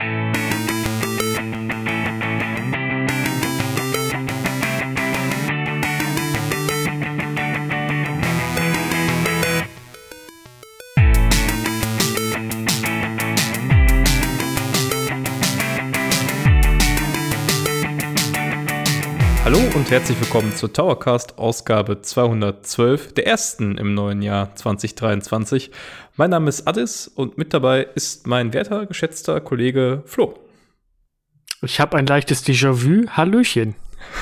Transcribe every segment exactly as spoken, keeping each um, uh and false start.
Hallo und herzlich willkommen zur Towercast Ausgabe zweihundertzwölf, der ersten im neuen Jahr zwanzig dreiundzwanzig. Mein Name ist Addis und mit dabei ist mein werter, geschätzter Kollege Flo. Ich habe ein leichtes Déjà-vu. Hallöchen.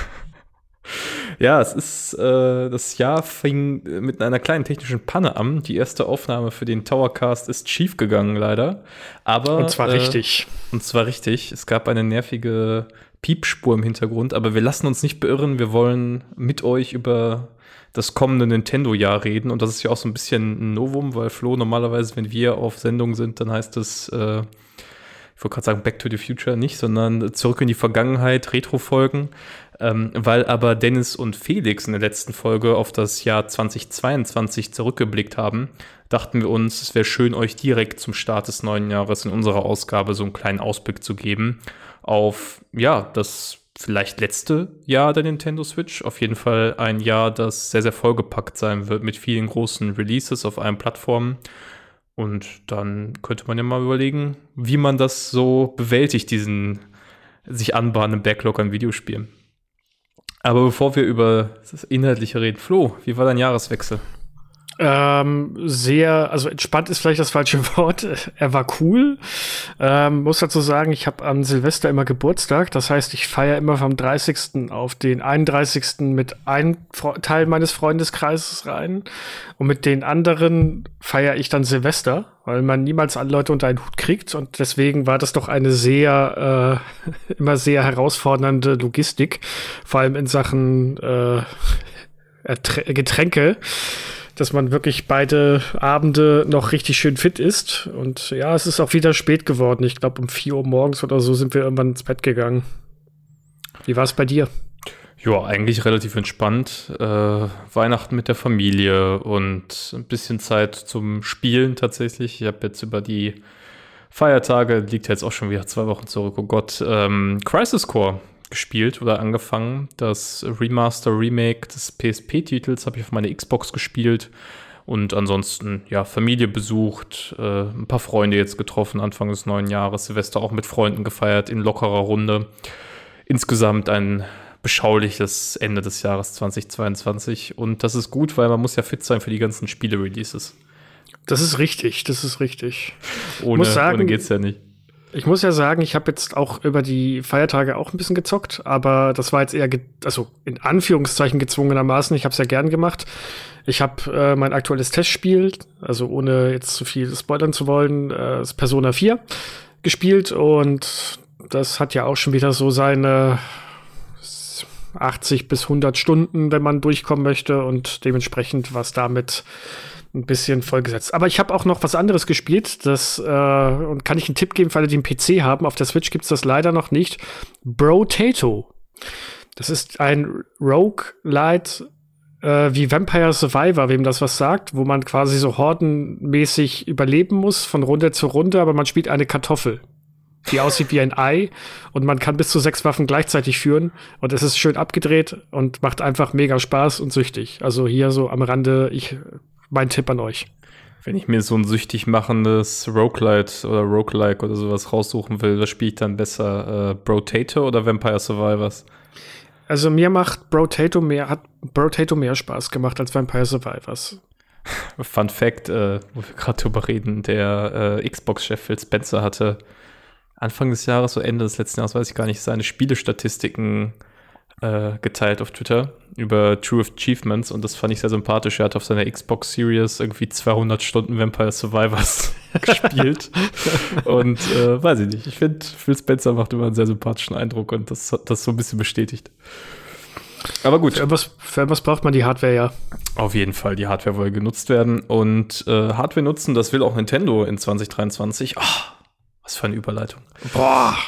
Ja, es ist, äh, das Jahr fing mit einer kleinen technischen Panne an. Die erste Aufnahme für den Towercast ist schiefgegangen, leider. Aber, und zwar äh, richtig. Und zwar richtig. Es gab eine nervige Piepspur im Hintergrund, aber wir lassen uns nicht beirren. Wir wollen mit euch über das kommende Nintendo-Jahr reden. Und das ist ja auch so ein bisschen ein Novum, weil Flo, normalerweise, wenn wir auf Sendung sind, dann heißt es, äh, ich wollte gerade sagen Back to the Future nicht, sondern zurück in die Vergangenheit, Retro-Folgen. Ähm, weil aber Dennis und Felix in der letzten Folge auf das Jahr zwanzig zweiundzwanzig zurückgeblickt haben, dachten wir uns, es wäre schön, euch direkt zum Start des neuen Jahres in unserer Ausgabe so einen kleinen Ausblick zu geben auf, ja, das vielleicht letzte Jahr der Nintendo Switch. Auf jeden Fall ein Jahr, das sehr, sehr vollgepackt sein wird mit vielen großen Releases auf allen Plattformen. Und dann könnte man ja mal überlegen, wie man das so bewältigt, diesen sich anbahnenden Backlog an Videospielen. Aber bevor wir über das Inhaltliche reden, Flo, wie war dein Jahreswechsel? Ähm, sehr, also entspannt ist vielleicht das falsche Wort. Er war cool. Ähm, muss dazu sagen, ich habe am Silvester immer Geburtstag. Das heißt, ich feiere immer vom dreißigsten auf den einunddreißigsten mit einem Fre- Teil meines Freundeskreises rein. Und mit den anderen feiere ich dann Silvester, weil man niemals alle Leute unter einen Hut kriegt. Und deswegen war das doch eine sehr, äh, immer sehr herausfordernde Logistik. Vor allem in Sachen äh, Ertr- Getränke, dass man wirklich beide Abende noch richtig schön fit ist. Und ja, es ist auch wieder spät geworden. Ich glaube, um vier Uhr morgens oder so sind wir irgendwann ins Bett gegangen. Wie war es bei dir? Ja, eigentlich relativ entspannt. Äh, Weihnachten mit der Familie und ein bisschen Zeit zum Spielen tatsächlich. Ich habe jetzt über die Feiertage, liegt ja jetzt auch schon wieder zwei Wochen zurück, oh Gott, ähm, Crisis Core gespielt oder angefangen. Das Remaster, Remake des P S P-Titels habe ich auf meine Xbox gespielt und ansonsten, ja, Familie besucht, äh, ein paar Freunde jetzt getroffen, Anfang des neuen Jahres, Silvester auch mit Freunden gefeiert, in lockerer Runde. Insgesamt ein beschauliches Ende des Jahres zwanzig zweiundzwanzig und das ist gut, weil man muss ja fit sein für die ganzen Spiele-Releases. Das ist richtig, das ist richtig. Ohne, muss sagen, ohne geht's ja nicht. Ich muss ja sagen, ich habe jetzt auch über die Feiertage auch ein bisschen gezockt, aber das war jetzt eher, ge- also in Anführungszeichen gezwungenermaßen. Ich habe es ja gern gemacht. Ich habe äh, mein aktuelles Testspiel, also ohne jetzt zu viel spoilern zu wollen, äh, Persona vier gespielt und das hat ja auch schon wieder so seine achtzig bis hundert Stunden, wenn man durchkommen möchte und dementsprechend was damit ein bisschen vollgesetzt. Aber ich habe auch noch was anderes gespielt, das äh, und kann ich einen Tipp geben für alle, die einen P C haben. Auf der Switch gibt's das leider noch nicht. Brotato. Das ist ein Roguelite äh, wie Vampire Survivor, wem das was sagt, wo man quasi so hordenmäßig überleben muss, von Runde zu Runde, aber man spielt eine Kartoffel, die aussieht wie ein Ei und man kann bis zu sechs Waffen gleichzeitig führen und es ist schön abgedreht und macht einfach mega Spaß und süchtig. Also hier so am Rande, ich mein Tipp an euch. Wenn ich mir so ein süchtig machendes Roguelite oder Roguelike oder sowas raussuchen will, was spiele ich dann besser? Äh, Brotato oder Vampire Survivors? Also mir macht Brotato mehr, hat Brotato mehr Spaß gemacht als Vampire Survivors. Fun Fact, äh, wo wir gerade drüber reden, der äh, Xbox-Chef Phil Spencer hatte Anfang des Jahres, so Ende des letzten Jahres, weiß ich gar nicht, seine Spielestatistiken äh, geteilt auf Twitter über True Achievements und das fand ich sehr sympathisch. Er hat auf seiner Xbox Series irgendwie zweihundert Stunden Vampire Survivors gespielt und äh, weiß ich nicht, ich finde, Phil Spencer macht immer einen sehr sympathischen Eindruck und das hat das so ein bisschen bestätigt. Aber gut. Für was, für was braucht man die Hardware, ja? Auf jeden Fall, die Hardware soll genutzt werden und äh, Hardware nutzen, das will auch Nintendo in zwanzig dreiundzwanzig. Oh, was für eine Überleitung. Boah,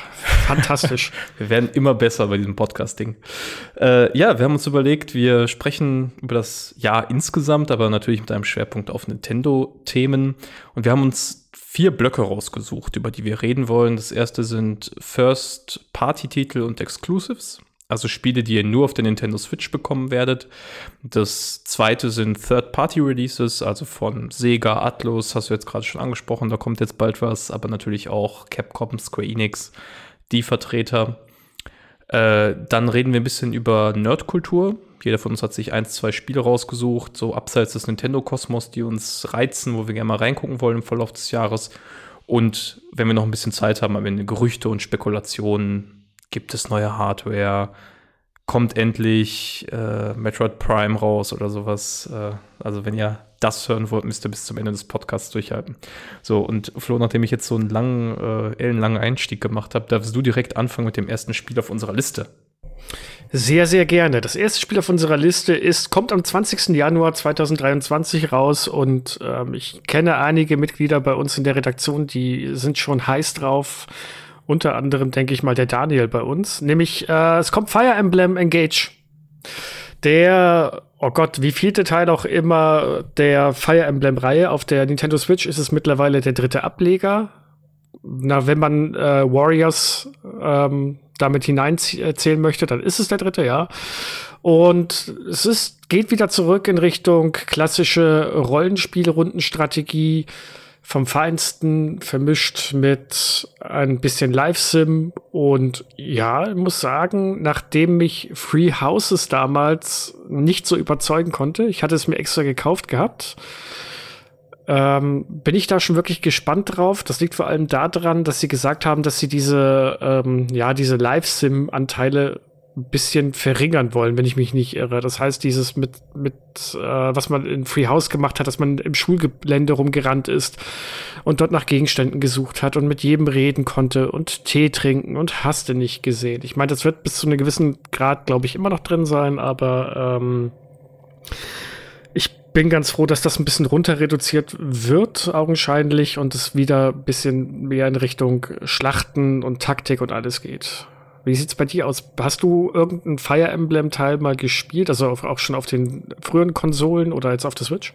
fantastisch. Wir werden immer besser bei diesem Podcasting. Äh, ja, wir haben uns überlegt, wir sprechen über das Jahr insgesamt, aber natürlich mit einem Schwerpunkt auf Nintendo-Themen. Und wir haben uns vier Blöcke rausgesucht, über die wir reden wollen. Das erste sind First-Party-Titel und Exclusives, also Spiele, die ihr nur auf der Nintendo Switch bekommen werdet. Das zweite sind Third-Party-Releases, also von Sega, Atlus, hast du jetzt gerade schon angesprochen, da kommt jetzt bald was, aber natürlich auch Capcom, Square Enix, die Vertreter. Äh, dann reden wir ein bisschen über Nerdkultur. Jeder von uns hat sich eins, zwei Spiele rausgesucht, so abseits des Nintendo-Kosmos, die uns reizen, wo wir gerne mal reingucken wollen im Verlauf des Jahres. Und wenn wir noch ein bisschen Zeit haben, am Ende Gerüchte und Spekulationen. Gibt es neue Hardware? Kommt endlich äh, Metroid Prime raus oder sowas? Äh, also wenn ihr das hören wollt, müsst ihr bis zum Ende des Podcasts durchhalten. So, und Flo, nachdem ich jetzt so einen langen, äh, ellenlangen Einstieg gemacht habe, darfst du direkt anfangen mit dem ersten Spiel auf unserer Liste. Sehr, sehr gerne. Das erste Spiel auf unserer Liste ist, kommt am zwanzigsten Januar zweitausenddreiundzwanzig raus und ähm, ich kenne einige Mitglieder bei uns in der Redaktion, die sind schon heiß drauf. Unter anderem, denke ich mal, der Daniel bei uns. Nämlich, äh, es kommt Fire Emblem Engage. Der, oh Gott, wie vielte Teil auch immer der Fire Emblem-Reihe. Auf der Nintendo Switch ist es mittlerweile der dritte Ableger. Na, wenn man äh, Warriors ähm, damit hineinzählen möchte, dann ist es der dritte, ja. Und es ist, geht wieder zurück in Richtung klassische Rollenspiel-Rundenstrategie. Vom Feinsten, vermischt mit ein bisschen Live-Sim. Und ja, ich muss sagen, nachdem mich Free Houses damals nicht so überzeugen konnte, ich hatte es mir extra gekauft gehabt, ähm, bin ich da schon wirklich gespannt drauf. Das liegt vor allem daran, dass sie gesagt haben, dass sie diese, ähm, ja, diese Live-Sim-Anteile ein bisschen verringern wollen, wenn ich mich nicht irre. Das heißt, dieses mit, mit äh, was man in Free House gemacht hat, dass man im Schulgelände rumgerannt ist und dort nach Gegenständen gesucht hat und mit jedem reden konnte und Tee trinken und hast du nicht gesehen. Ich meine, das wird bis zu einem gewissen Grad, glaube ich, immer noch drin sein, aber ähm, ich bin ganz froh, dass das ein bisschen runter reduziert wird, augenscheinlich, und es wieder ein bisschen mehr in Richtung Schlachten und Taktik und alles geht. Wie sieht's bei dir aus? Hast du irgendeinen Fire Emblem-Teil mal gespielt? Also auf, auch schon auf den früheren Konsolen oder jetzt auf der Switch?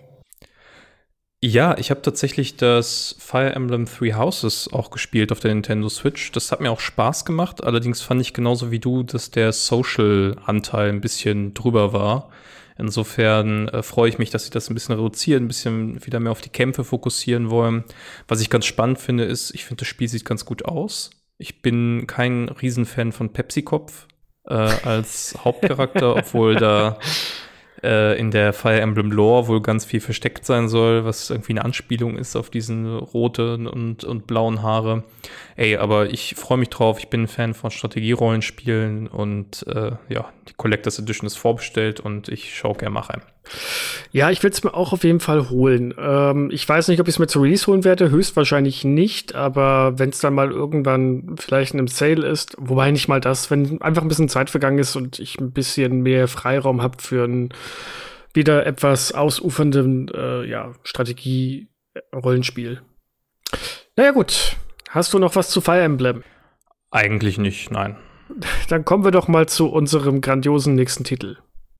Ja, ich habe tatsächlich das Fire Emblem Three Houses auch gespielt auf der Nintendo Switch. Das hat mir auch Spaß gemacht. Allerdings fand ich genauso wie du, dass der Social-Anteil ein bisschen drüber war. Insofern äh, freue ich mich, dass sie das ein bisschen reduzieren, ein bisschen wieder mehr auf die Kämpfe fokussieren wollen. Was ich ganz spannend finde, ist, ich finde, das Spiel sieht ganz gut aus. Ich bin kein Riesenfan von Pepsi-Kopf äh, als Hauptcharakter, obwohl da äh, in der Fire Emblem Lore wohl ganz viel versteckt sein soll, was irgendwie eine Anspielung ist auf diesen roten und, und blauen Haare. Ey, aber ich freue mich drauf. Ich bin ein Fan von Strategierollenspielen und äh, ja, die Collectors Edition ist vorbestellt und ich schaue gerne mal rein. Ja, ich will es mir auch auf jeden Fall holen. Ähm, ich weiß nicht, ob ich es mir zu Release holen werde, höchstwahrscheinlich nicht, aber wenn es dann mal irgendwann vielleicht in einem Sale ist, wobei nicht mal das, wenn einfach ein bisschen Zeit vergangen ist und ich ein bisschen mehr Freiraum habe für ein wieder etwas ausufernden äh, ja, Strategie-Rollenspiel. Naja, gut. Hast du noch was zu Fire Emblem? Eigentlich nicht, nein. Dann kommen wir doch mal zu unserem grandiosen nächsten Titel.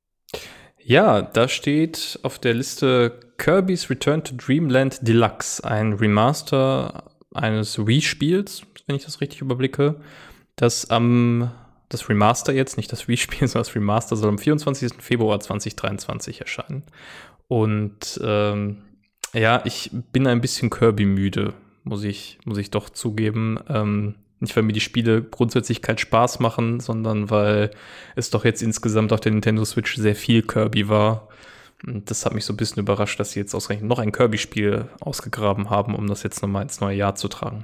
Ja, da steht auf der Liste Kirby's Return to Dreamland Deluxe, ein Remaster eines Wii-Spiels, wenn ich das richtig überblicke, das am, das Remaster jetzt, nicht das Wii-Spiel, sondern das Remaster soll am vierundzwanzigsten Februar zweitausenddreiundzwanzig erscheinen. Und ähm, ja, ich bin ein bisschen Kirby-müde, muss ich, muss ich doch zugeben. Ähm, Nicht, weil mir die Spiele grundsätzlich keinen Spaß machen, sondern weil es doch jetzt insgesamt auf der Nintendo Switch sehr viel Kirby war. Und das hat mich so ein bisschen überrascht, dass sie jetzt ausgerechnet noch ein Kirby-Spiel ausgegraben haben, um das jetzt nochmal ins neue Jahr zu tragen.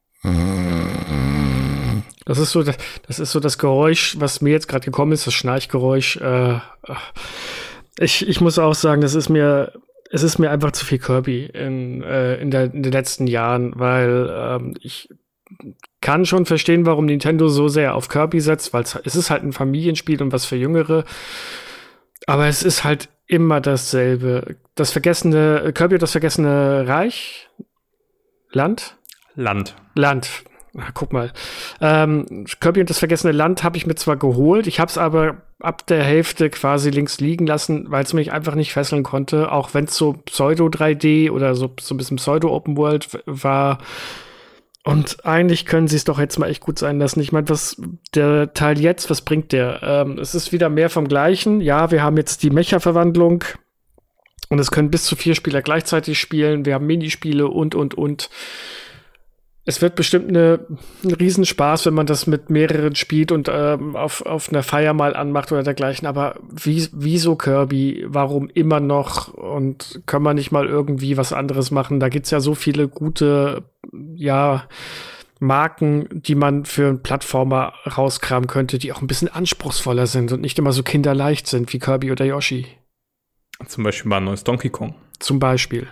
Das ist so das, das ist so das Geräusch, was mir jetzt gerade gekommen ist, das Schnarchgeräusch. Äh, ich, ich muss auch sagen, das ist mir, es ist mir einfach zu viel Kirby in, äh, in, der, in den letzten Jahren, weil ähm, ich kann schon verstehen, warum Nintendo so sehr auf Kirby setzt, weil es ist halt ein Familienspiel und was für Jüngere. Aber es ist halt immer dasselbe. Das vergessene, Kirby und das vergessene Reich? Land? Land. Land. Na, guck mal. Ähm, Kirby und das vergessene Land habe ich mir zwar geholt, ich habe es aber ab der Hälfte quasi links liegen lassen, weil es mich einfach nicht fesseln konnte, auch wenn es so Pseudo drei D oder so, so ein bisschen Pseudo-Open World w- war. Und eigentlich können sie es doch jetzt mal echt gut sein lassen. Ich meine, was der Teil jetzt, was bringt der? Ähm, es ist wieder mehr vom Gleichen. Ja, wir haben jetzt die Mecha-Verwandlung und es können bis zu vier Spieler gleichzeitig spielen. Wir haben Minispiele und, und, und. Es wird bestimmt eine, ein Riesenspaß, wenn man das mit mehreren spielt und ähm, auf, auf einer Feier mal anmacht oder dergleichen. Aber wie, wieso Kirby? Warum immer noch? Und können wir nicht mal irgendwie was anderes machen? Da gibt's ja so viele gute, ja, Marken, die man für einen Plattformer rauskramen könnte, die auch ein bisschen anspruchsvoller sind und nicht immer so kinderleicht sind wie Kirby oder Yoshi. Zum Beispiel mal ein neues Donkey Kong. Zum Beispiel.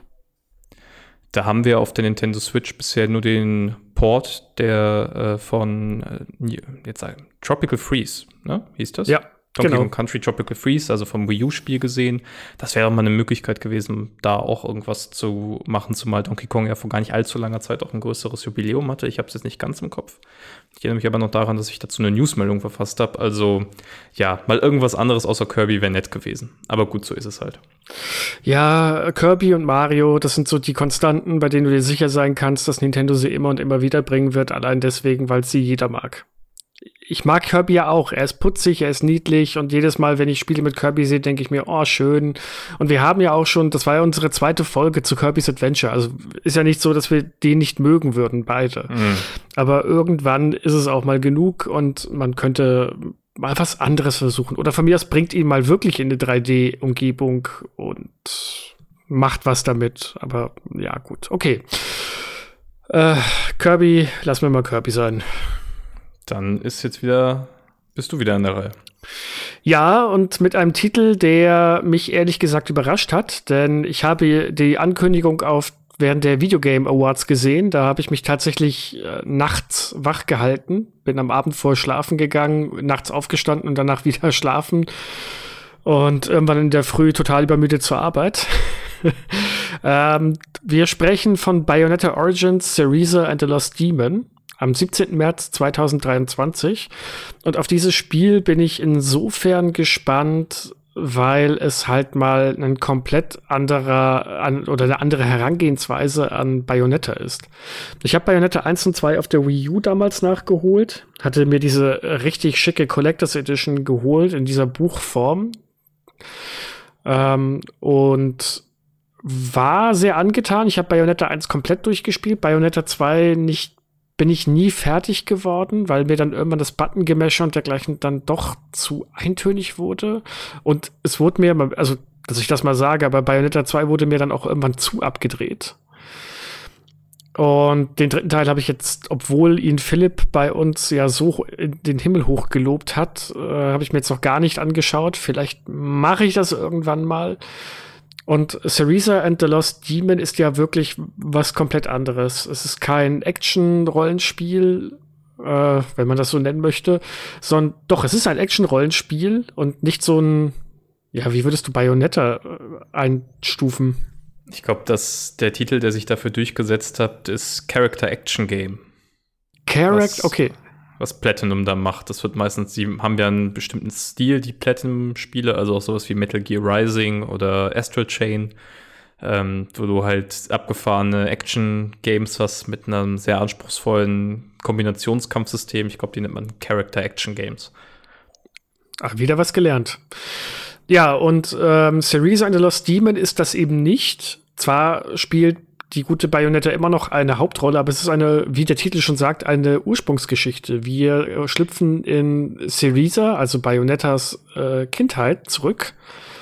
Da haben wir auf der Nintendo Switch bisher nur den Port, der äh, von äh, jetzt sagen, Tropical Freeze, ne? Hieß das? Ja, Donkey genau. Kong Country Tropical Freeze, also vom Wii U-Spiel gesehen. Das wäre mal eine Möglichkeit gewesen, da auch irgendwas zu machen, zumal Donkey Kong ja vor gar nicht allzu langer Zeit auch ein größeres Jubiläum hatte. Ich habe es jetzt nicht ganz im Kopf. Ich erinnere mich aber noch daran, dass ich dazu eine Newsmeldung verfasst habe. Also ja, mal irgendwas anderes außer Kirby wäre nett gewesen. Aber gut, so ist es halt. Ja, Kirby und Mario, das sind so die Konstanten, bei denen du dir sicher sein kannst, dass Nintendo sie immer und immer wieder bringen wird, allein deswegen, weil sie jeder mag. Ich mag Kirby ja auch. Er ist putzig, er ist niedlich und jedes Mal, wenn ich Spiele mit Kirby sehe, denke ich mir, oh, schön. Und wir haben ja auch schon, das war ja unsere zweite Folge zu Kirby's Adventure. Also ist ja nicht so, dass wir den nicht mögen würden, beide. Mhm. Aber irgendwann ist es auch mal genug und man könnte mal was anderes versuchen. Oder von mir aus bringt ihn mal wirklich in eine drei D-Umgebung und macht was damit. Aber ja, gut. Okay. Äh, Kirby, lass mir mal Kirby sein. Dann ist jetzt wieder, bist du wieder in der Reihe. Ja, und mit einem Titel, der mich ehrlich gesagt überrascht hat, denn ich habe die Ankündigung auf während der Videogame Awards gesehen. Da habe ich mich tatsächlich äh, nachts wach gehalten, bin am Abend vorher schlafen gegangen, nachts aufgestanden und danach wieder schlafen und irgendwann in der Früh total übermüdet zur Arbeit. ähm, wir sprechen von Bayonetta Origins, Cereza and the Lost Demon. Am siebzehnten März zweitausenddreiundzwanzig. Und auf dieses Spiel bin ich insofern gespannt, weil es halt mal ein komplett anderer an, oder eine andere Herangehensweise an Bayonetta ist. Ich habe Bayonetta eins und zwei auf der Wii U damals nachgeholt, hatte mir diese richtig schicke Collectors Edition geholt in dieser Buchform ähm, und war sehr angetan. Ich habe Bayonetta eins komplett durchgespielt, Bayonetta zwei nicht bin ich nie fertig geworden, weil mir dann irgendwann das Button-Gemäsche und dergleichen dann doch zu eintönig wurde. Und es wurde mir, also, dass ich das mal sage, aber Bayonetta zwei wurde mir dann auch irgendwann zu abgedreht. Und den dritten Teil habe ich jetzt, obwohl ihn Philipp bei uns ja so in den Himmel hoch gelobt hat, äh, habe ich mir jetzt noch gar nicht angeschaut. Vielleicht mache ich das irgendwann mal. Und Cereza and the Lost Demon ist ja wirklich was komplett anderes. Es ist kein Action-Rollenspiel, äh, wenn man das so nennen möchte, sondern doch, es ist ein Action-Rollenspiel und nicht so ein, ja, wie würdest du Bayonetta äh, einstufen? Ich glaube, dass der Titel, der sich dafür durchgesetzt hat, ist Character Action Game. Character, okay. Was Platinum da macht. Das wird meistens, die haben ja einen bestimmten Stil, die Platinum-Spiele, also auch sowas wie Metal Gear Rising oder Astral Chain, ähm, wo du halt abgefahrene Action-Games hast mit einem sehr anspruchsvollen Kombinationskampfsystem. Ich glaube, die nennt man Character Action Games. Ach, wieder was gelernt. Ja, und ähm, Cereza and the Lost Demon ist das eben nicht. Zwar spielt die gute Bayonetta immer noch eine Hauptrolle, aber es ist eine, wie der Titel schon sagt, eine Ursprungsgeschichte. Wir schlüpfen in Cereza, also Bayonettas äh, Kindheit, zurück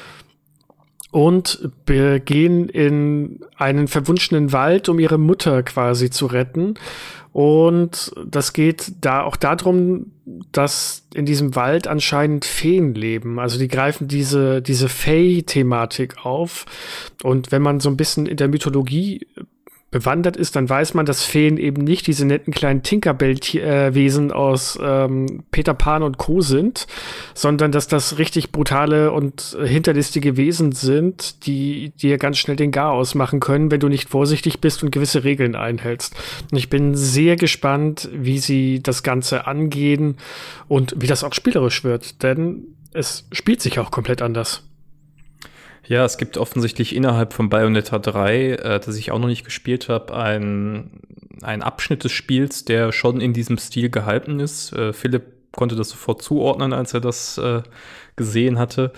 und gehen in einen verwunschenen Wald, um ihre Mutter quasi zu retten. Und das geht da auch darum, dass in diesem Wald anscheinend Feen leben. Also die greifen diese, diese Fey-Thematik auf. Und wenn man so ein bisschen in der Mythologie bewandert ist, dann weiß man, dass Feen eben nicht diese netten kleinen Tinkerbell-Wesen aus ähm, Peter Pan und Co. sind, sondern dass das richtig brutale und äh, hinterlistige Wesen sind, die dir ganz schnell den Garaus machen können, wenn du nicht vorsichtig bist und gewisse Regeln einhältst. Und ich bin sehr gespannt, wie sie das Ganze angehen und wie das auch spielerisch wird, denn es spielt sich auch komplett anders. Ja, es gibt offensichtlich innerhalb von Bayonetta drei, äh, das ich auch noch nicht gespielt habe, ein, ein Abschnitt des Spiels, der schon in diesem Stil gehalten ist. Äh, Philipp konnte das sofort zuordnen, als er das äh, gesehen hatte.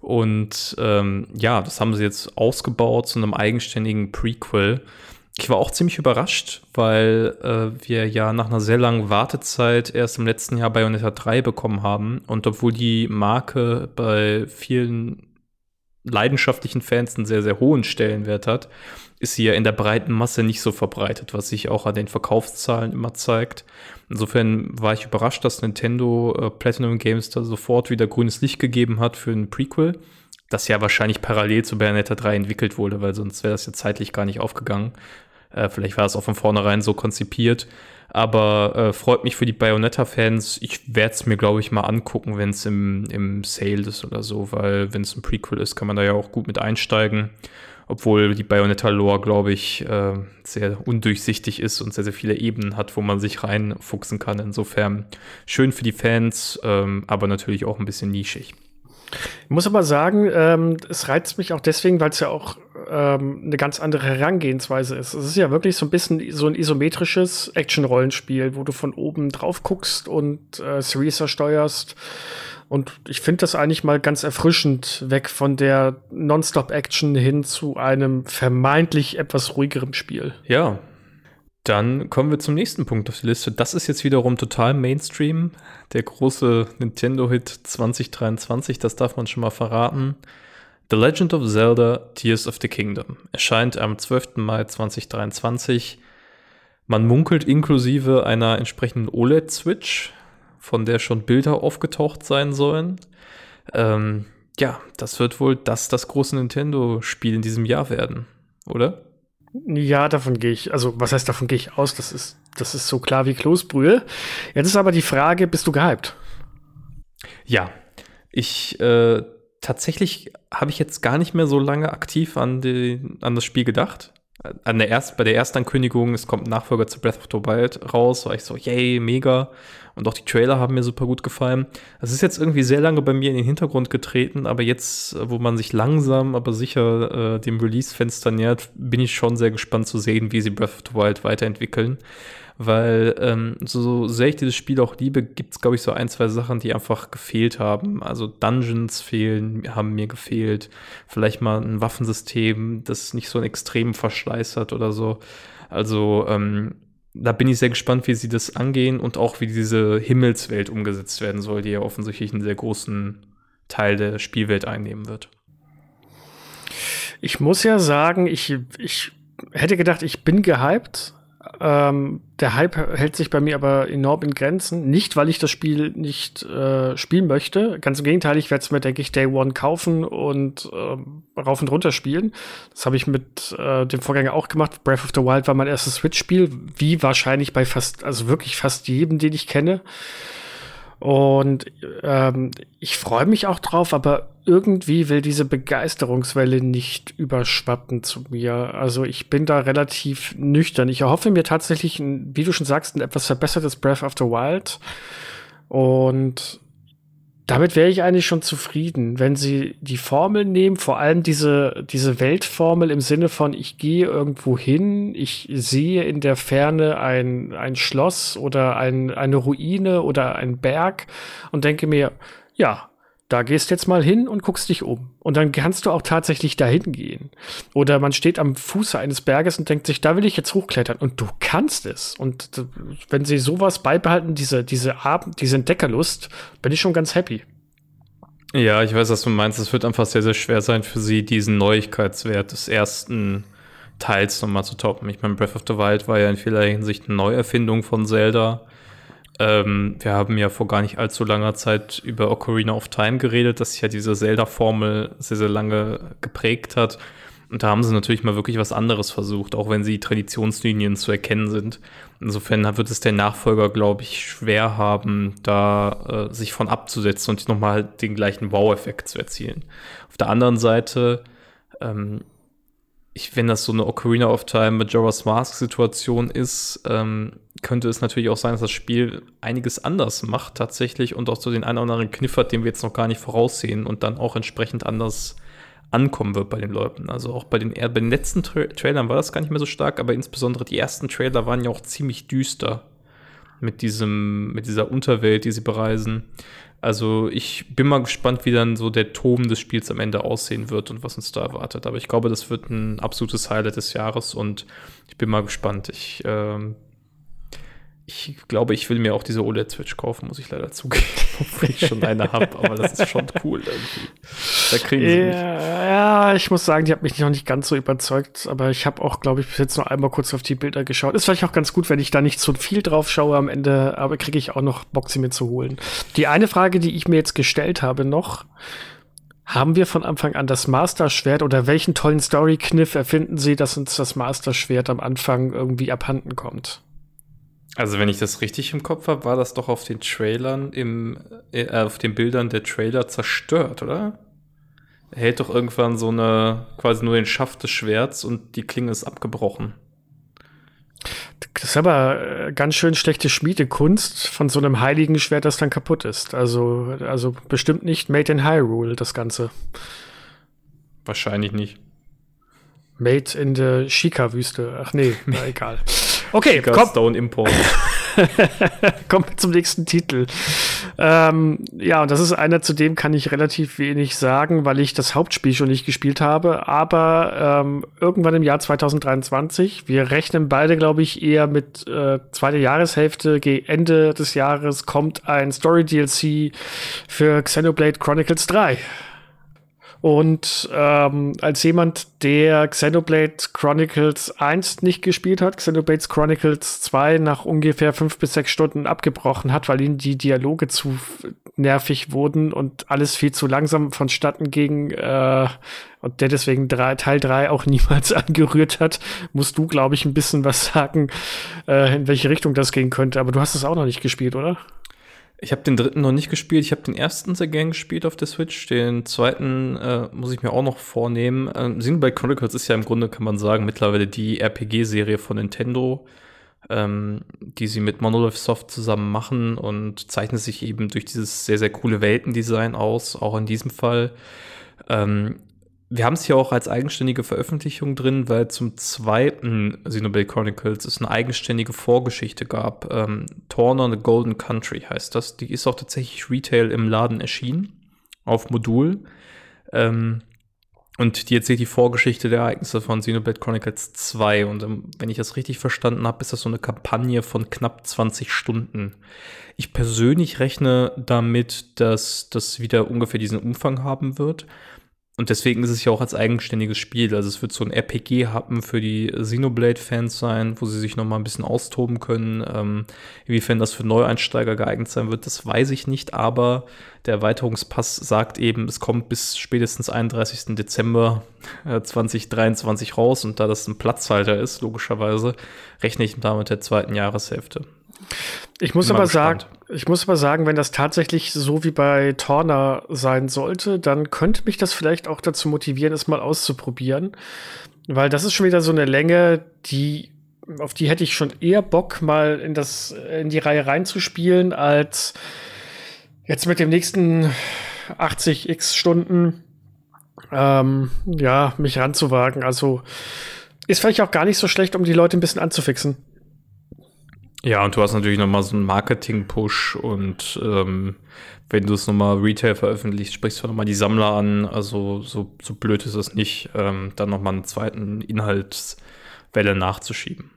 Und ähm, ja, das haben sie jetzt ausgebaut zu einem eigenständigen Prequel. Ich war auch ziemlich überrascht, weil äh, wir ja nach einer sehr langen Wartezeit erst im letzten Jahr Bayonetta drei bekommen haben. Und obwohl die Marke bei vielen leidenschaftlichen Fans einen sehr, sehr hohen Stellenwert hat, ist sie ja in der breiten Masse nicht so verbreitet, was sich auch an den Verkaufszahlen immer zeigt. Insofern war ich überrascht, dass Nintendo äh, Platinum Games da sofort wieder grünes Licht gegeben hat für ein Prequel, das ja wahrscheinlich parallel zu Bayonetta drei entwickelt wurde, weil sonst wäre das ja zeitlich gar nicht aufgegangen. Äh, vielleicht war es auch von vornherein so konzipiert. Aber äh, freut mich für die Bayonetta-Fans. Ich werde es mir, glaube ich, mal angucken, wenn es im, im Sale ist oder so, weil wenn es ein Prequel ist, kann man da ja auch gut mit einsteigen. Obwohl die Bayonetta-Lore, glaube ich, äh, sehr undurchsichtig ist und sehr, sehr viele Ebenen hat, wo man sich reinfuchsen kann. Insofern schön für die Fans, ähm, aber natürlich auch ein bisschen nischig. Ich muss aber sagen, ähm, es reizt mich auch deswegen, weil es ja auch ähm, eine ganz andere Herangehensweise ist. Es ist ja wirklich so ein bisschen so ein isometrisches Action-Rollenspiel, wo du von oben drauf guckst und äh, Syriza steuerst. Und ich finde das eigentlich mal ganz erfrischend, weg von der Nonstop-Action hin zu einem vermeintlich etwas ruhigeren Spiel. Ja, dann kommen wir zum nächsten Punkt auf der Liste. Das ist jetzt wiederum total Mainstream. Der große Nintendo-Hit zwanzig dreiundzwanzig, das darf man schon mal verraten. The Legend of Zelda Tears of the Kingdom erscheint am zwölften Mai zweitausenddreiundzwanzig. Man munkelt inklusive einer entsprechenden O L E D-Switch, von der schon Bilder aufgetaucht sein sollen. Ähm, ja, das wird wohl das, das große Nintendo-Spiel in diesem Jahr werden, oder? Ja, davon gehe ich, also was heißt, davon gehe ich aus, das ist, das ist so klar wie Kloßbrühe. Jetzt ist aber die Frage, bist du gehypt? Ja, ich, äh, tatsächlich habe ich jetzt gar nicht mehr so lange aktiv an, die, an das Spiel gedacht. An der erst, bei der Erstankündigung, es kommt ein Nachfolger zu Breath of the Wild raus, war ich so, yay, mega. Und auch die Trailer haben mir super gut gefallen. Das ist jetzt irgendwie sehr lange bei mir in den Hintergrund getreten, aber jetzt, wo man sich langsam, aber sicher äh, dem Release-Fenster nähert, bin ich schon sehr gespannt zu sehen, wie sie Breath of the Wild weiterentwickeln. Weil ähm, so, so sehr ich dieses Spiel auch liebe, gibt es, glaube ich, so ein, zwei Sachen, die einfach gefehlt haben. Also Dungeons fehlen, haben mir gefehlt. Vielleicht mal ein Waffensystem, das nicht so einen extremen Verschleiß hat oder so. Also ähm, da bin ich sehr gespannt, wie sie das angehen und auch wie diese Himmelswelt umgesetzt werden soll, die ja offensichtlich einen sehr großen Teil der Spielwelt einnehmen wird. Ich muss ja sagen, ich, ich hätte gedacht, ich bin gehypt. Ähm, der Hype hält sich bei mir aber enorm in Grenzen. Nicht, weil ich das Spiel nicht äh, spielen möchte. Ganz im Gegenteil, ich werde es mir, denke ich, Day One kaufen und äh, rauf und runter spielen. Das habe ich mit äh, dem Vorgänger auch gemacht. Breath of the Wild war mein erstes Switch-Spiel, wie wahrscheinlich bei fast, also wirklich fast jedem, den ich kenne. Und ähm, ich freue mich auch drauf, aber irgendwie will diese Begeisterungswelle nicht überschwappen zu mir. Also ich bin da relativ nüchtern. Ich erhoffe mir tatsächlich, ein, wie du schon sagst, ein etwas verbessertes Breath of the Wild. Und damit wäre ich eigentlich schon zufrieden, wenn sie die Formel nehmen, vor allem diese, diese Weltformel im Sinne von, ich gehe irgendwo hin, ich sehe in der Ferne ein, ein Schloss oder ein, eine Ruine oder ein Berg und denke mir, ja, da gehst jetzt mal hin und guckst dich um. Und dann kannst du auch tatsächlich dahin gehen. Oder man steht am Fuße eines Berges und denkt sich, da will ich jetzt hochklettern. Und du kannst es. Und äh, wenn sie sowas beibehalten, diese, diese Abend, diese Entdeckerlust, bin ich schon ganz happy. Ja, ich weiß, was du meinst. Es wird einfach sehr, sehr schwer sein für sie, diesen Neuigkeitswert des ersten Teils nochmal zu toppen. Ich meine, Breath of the Wild war ja in vielerlei Hinsicht eine Neuerfindung von Zelda. Ähm, wir haben ja vor gar nicht allzu langer Zeit über Ocarina of Time geredet, das ja diese Zelda-Formel sehr, sehr lange geprägt hat. Und da haben sie natürlich mal wirklich was anderes versucht, auch wenn sie Traditionslinien zu erkennen sind. Insofern wird es der Nachfolger, glaube ich, schwer haben, da äh, sich von abzusetzen und nochmal den gleichen Wow-Effekt zu erzielen. Auf der anderen Seite, ähm, ich, wenn das so eine Ocarina of Time Majora's Mask-Situation ist, ähm, könnte es natürlich auch sein, dass das Spiel einiges anders macht tatsächlich und auch so den einen oder anderen Kniff hat, den wir jetzt noch gar nicht voraussehen und dann auch entsprechend anders ankommen wird bei den Leuten. Also auch bei den, bei den letzten Tra- Trailern war das gar nicht mehr so stark, aber insbesondere die ersten Trailer waren ja auch ziemlich düster mit diesem, mit dieser Unterwelt, die sie bereisen. Also ich bin mal gespannt, wie dann so der Ton des Spiels am Ende aussehen wird und was uns da erwartet. Aber ich glaube, das wird ein absolutes Highlight des Jahres und ich bin mal gespannt. Ich, ähm, ich glaube, ich will mir auch diese O L E D-Switch kaufen, muss ich leider zugeben, obwohl ich schon eine habe, aber das ist schon cool irgendwie. Da kriegen sie mich. Ja, ich muss sagen, die hat mich noch nicht ganz so überzeugt, aber ich habe auch, glaube ich, bis jetzt noch einmal kurz auf die Bilder geschaut. Ist vielleicht auch ganz gut, wenn ich da nicht so viel drauf schaue am Ende, aber kriege ich auch noch Bock, sie mir zu holen. Die eine Frage, die ich mir jetzt gestellt habe noch, haben wir von Anfang an das Master-Schwert oder welchen tollen Story-Kniff erfinden sie, dass uns das Master-Schwert am Anfang irgendwie abhanden kommt? Also wenn ich das richtig im Kopf habe, war das doch auf den Trailern, im, äh, auf den Bildern der Trailer zerstört, oder? Er hält doch irgendwann so eine, quasi nur den Schaft des Schwerts und die Klinge ist abgebrochen. Das ist aber äh, ganz schön schlechte Schmiedekunst von so einem heiligen Schwert, das dann kaputt ist. Also, also bestimmt nicht Made in Hyrule, das Ganze. Wahrscheinlich nicht. Made in der Shika-Wüste. Ach nee, na egal. Okay, Shika komm. Stone Import. Kommen wir zum nächsten Titel. Ähm, ja, und das ist einer, zu dem kann ich relativ wenig sagen, weil ich das Hauptspiel schon nicht gespielt habe. Aber ähm, irgendwann im Jahr zwanzig dreiundzwanzig, wir rechnen beide, glaube ich, eher mit äh, zweiter Jahreshälfte, gegen Ende des Jahres kommt ein Story-D L C für Xenoblade Chronicles drei. Und ähm, als jemand, der Xenoblade Chronicles eins nicht gespielt hat, Xenoblade Chronicles zwei nach ungefähr fünf bis sechs Stunden abgebrochen hat, weil ihnen die Dialoge zu nervig wurden und alles viel zu langsam vonstatten ging äh, und der deswegen drei, Teil drei auch niemals angerührt hat, musst du, glaube ich, ein bisschen was sagen, äh, in welche Richtung das gehen könnte. Aber du hast es auch noch nicht gespielt, oder? Ich habe den dritten noch nicht gespielt. Ich habe den ersten sehr gern gespielt auf der Switch. Den zweiten äh, muss ich mir auch noch vornehmen. Ähm, Xenoblade Chronicles ist ja im Grunde, kann man sagen, mittlerweile die R P G-Serie von Nintendo, ähm, die sie mit Monolith Soft zusammen machen und zeichnet sich eben durch dieses sehr, sehr coole Weltendesign aus, auch in diesem Fall. Ähm, Wir haben es hier auch als eigenständige Veröffentlichung drin, weil zum zweiten Xenoblade Chronicles es eine eigenständige Vorgeschichte gab. Ähm, Torna and the Golden Country heißt das. Die ist auch tatsächlich Retail im Laden erschienen, auf Modul. Ähm, und die erzählt die Vorgeschichte der Ereignisse von Xenoblade Chronicles zwei. Und ähm, wenn ich das richtig verstanden habe, ist das so eine Kampagne von knapp zwanzig Stunden. Ich persönlich rechne damit, dass das wieder ungefähr diesen Umfang haben wird. Und deswegen ist es ja auch als eigenständiges Spiel. Also es wird so ein R P G-Happen für die Xenoblade-Fans sein, wo sie sich noch mal ein bisschen austoben können. Ähm, inwiefern das für Neueinsteiger geeignet sein wird, das weiß ich nicht. Aber der Erweiterungspass sagt eben, es kommt bis spätestens einunddreißigsten Dezember zwanzig dreiundzwanzig raus. Und da das ein Platzhalter ist, logischerweise, rechne ich da mit der zweiten Jahreshälfte. Ich muss aber sagen, ich muss aber sagen, wenn das tatsächlich so wie bei Torna sein sollte, dann könnte mich das vielleicht auch dazu motivieren, es mal auszuprobieren. Weil das ist schon wieder so eine Länge, die, auf die hätte ich schon eher Bock, mal in das, in die Reihe reinzuspielen, als jetzt mit dem nächsten achtzig x Stunden, ähm, ja, mich ranzuwagen. Also ist vielleicht auch gar nicht so schlecht, um die Leute ein bisschen anzufixen. Ja, und du hast natürlich noch mal so einen Marketing-Push und ähm, wenn du es noch mal Retail veröffentlichst, sprichst du noch mal die Sammler an. Also so, so blöd ist es nicht, ähm, dann noch mal einen zweiten Inhaltswelle nachzuschieben.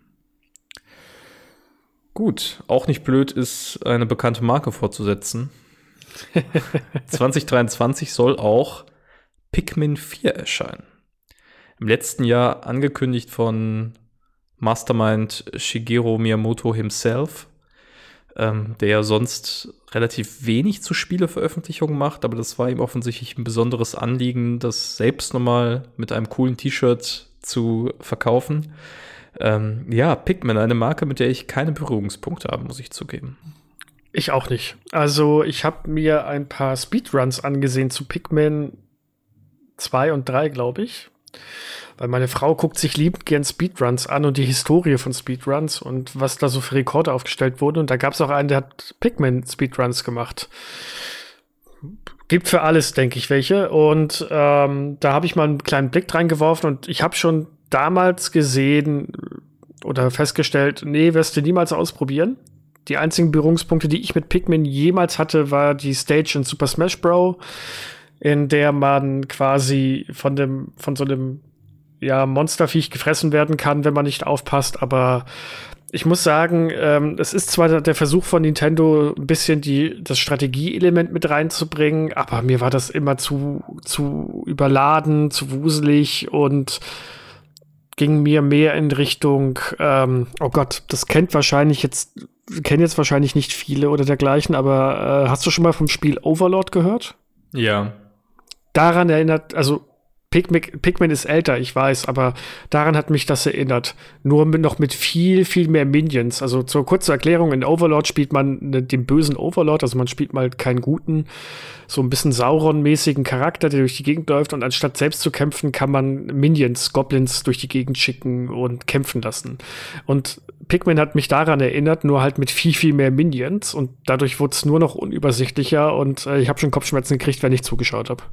Gut, auch nicht blöd ist, eine bekannte Marke fortzusetzen. zwanzig dreiundzwanzig soll auch Pikmin vier erscheinen. Im letzten Jahr angekündigt von Mastermind Shigeru Miyamoto himself. ähm, der ja sonst relativ wenig zu Spieleveröffentlichungen macht, aber das war ihm offensichtlich ein besonderes Anliegen, das selbst nochmal mit einem coolen T-Shirt zu verkaufen. Ähm, ja, Pikmin, eine Marke, mit der ich keine Berührungspunkte habe, muss ich zugeben. Ich auch nicht. Also ich habe mir ein paar Speedruns angesehen zu Pikmin zwei und drei, glaube ich. Weil meine Frau guckt sich liebend gern Speedruns an und die Historie von Speedruns und was da so für Rekorde aufgestellt wurden. Und da gab es auch einen, der hat Pikmin-Speedruns gemacht. Gibt für alles, denke ich, welche. Und ähm, da habe ich mal einen kleinen Blick reingeworfen und ich habe schon damals gesehen oder festgestellt, nee, wirst du niemals ausprobieren. Die einzigen Berührungspunkte, die ich mit Pikmin jemals hatte, war die Stage in Super Smash Bros., in der man quasi von dem, von so einem ja, Monsterviech gefressen werden kann, wenn man nicht aufpasst. Aber ich muss sagen, ähm, es ist zwar der Versuch von Nintendo, ein bisschen die, das Strategieelement mit reinzubringen, aber mir war das immer zu, zu überladen, zu wuselig und ging mir mehr in Richtung, ähm, oh Gott, das kennt wahrscheinlich jetzt, kennen jetzt wahrscheinlich nicht viele oder dergleichen, aber äh, hast du schon mal vom Spiel Overlord gehört? Ja. Daran erinnert, also Pikmin, Pikmin ist älter, ich weiß, aber daran hat mich das erinnert. Nur mit, noch mit viel, viel mehr Minions. Also zur kurzen Erklärung, in Overlord spielt man ne, den bösen Overlord, also man spielt mal keinen guten, so ein bisschen Sauron-mäßigen Charakter, der durch die Gegend läuft und anstatt selbst zu kämpfen, kann man Minions, Goblins durch die Gegend schicken und kämpfen lassen. Und Pikmin hat mich daran erinnert, nur halt mit viel, viel mehr Minions und dadurch wurde es nur noch unübersichtlicher und äh, ich habe schon Kopfschmerzen gekriegt, wenn ich zugeschaut habe.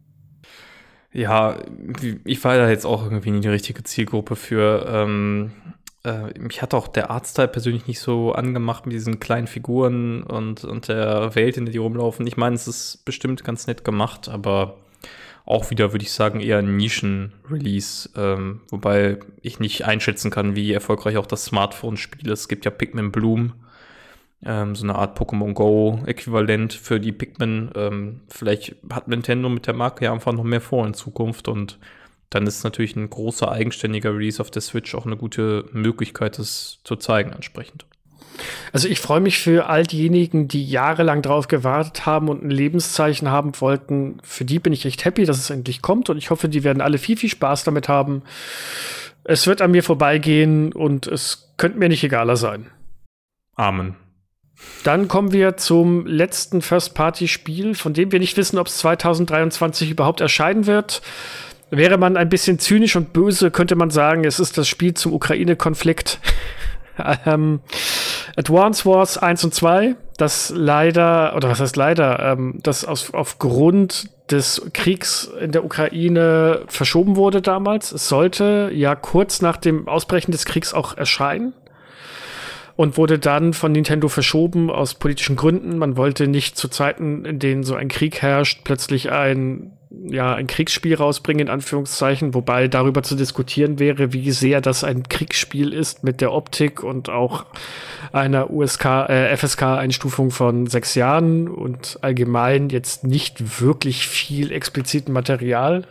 Ja, ich war da jetzt auch irgendwie nicht die richtige Zielgruppe für. Ähm, äh, mich hat auch der Artstyle persönlich nicht so angemacht mit diesen kleinen Figuren und, und der Welt, in der die rumlaufen. Ich meine, es ist bestimmt ganz nett gemacht, aber auch wieder, würde ich sagen, eher ein Nischen-Release. Ähm, wobei ich nicht einschätzen kann, wie erfolgreich auch das Smartphone-Spiel ist. Es gibt ja Pikmin Bloom. Ähm, so eine Art Pokémon Go-Äquivalent für die Pikmin. Ähm, vielleicht hat Nintendo mit der Marke ja einfach noch mehr vor in Zukunft und dann ist natürlich ein großer eigenständiger Release auf der Switch auch eine gute Möglichkeit, das zu zeigen entsprechend. Also ich freue mich für all diejenigen, die jahrelang drauf gewartet haben und ein Lebenszeichen haben wollten. Für die bin ich echt happy, dass es endlich kommt und ich hoffe, die werden alle viel, viel Spaß damit haben. Es wird an mir vorbeigehen und es könnte mir nicht egaler sein. Amen. Dann kommen wir zum letzten First-Party-Spiel, von dem wir nicht wissen, ob es zwanzig dreiundzwanzig überhaupt erscheinen wird. Wäre man ein bisschen zynisch und böse, könnte man sagen, es ist das Spiel zum Ukraine-Konflikt. ähm, Advance Wars eins und zwei, das leider, oder was heißt leider, ähm, das aus, aufgrund des Kriegs in der Ukraine verschoben wurde damals. Es sollte ja kurz nach dem Ausbrechen des Kriegs auch erscheinen. Und wurde dann von Nintendo verschoben aus politischen Gründen. Man wollte nicht zu Zeiten, in denen so ein Krieg herrscht, plötzlich ein, ja, ein Kriegsspiel rausbringen, in Anführungszeichen. Wobei darüber zu diskutieren wäre, wie sehr das ein Kriegsspiel ist mit der Optik und auch einer U S K, äh, F S K-Einstufung von sechs Jahren und allgemein jetzt nicht wirklich viel expliziten Material.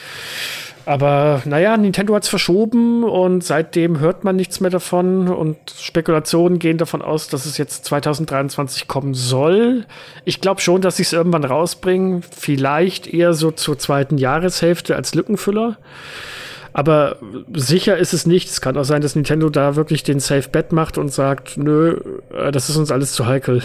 Aber naja, Nintendo hat es verschoben und seitdem hört man nichts mehr davon und Spekulationen gehen davon aus, dass es jetzt zwanzig dreiundzwanzig kommen soll. Ich glaube schon, dass sie es irgendwann rausbringen, vielleicht eher so zur zweiten Jahreshälfte als Lückenfüller. Aber sicher ist es nicht. Es kann auch sein, dass Nintendo da wirklich den Safe Bet macht und sagt, nö, das ist uns alles zu heikel.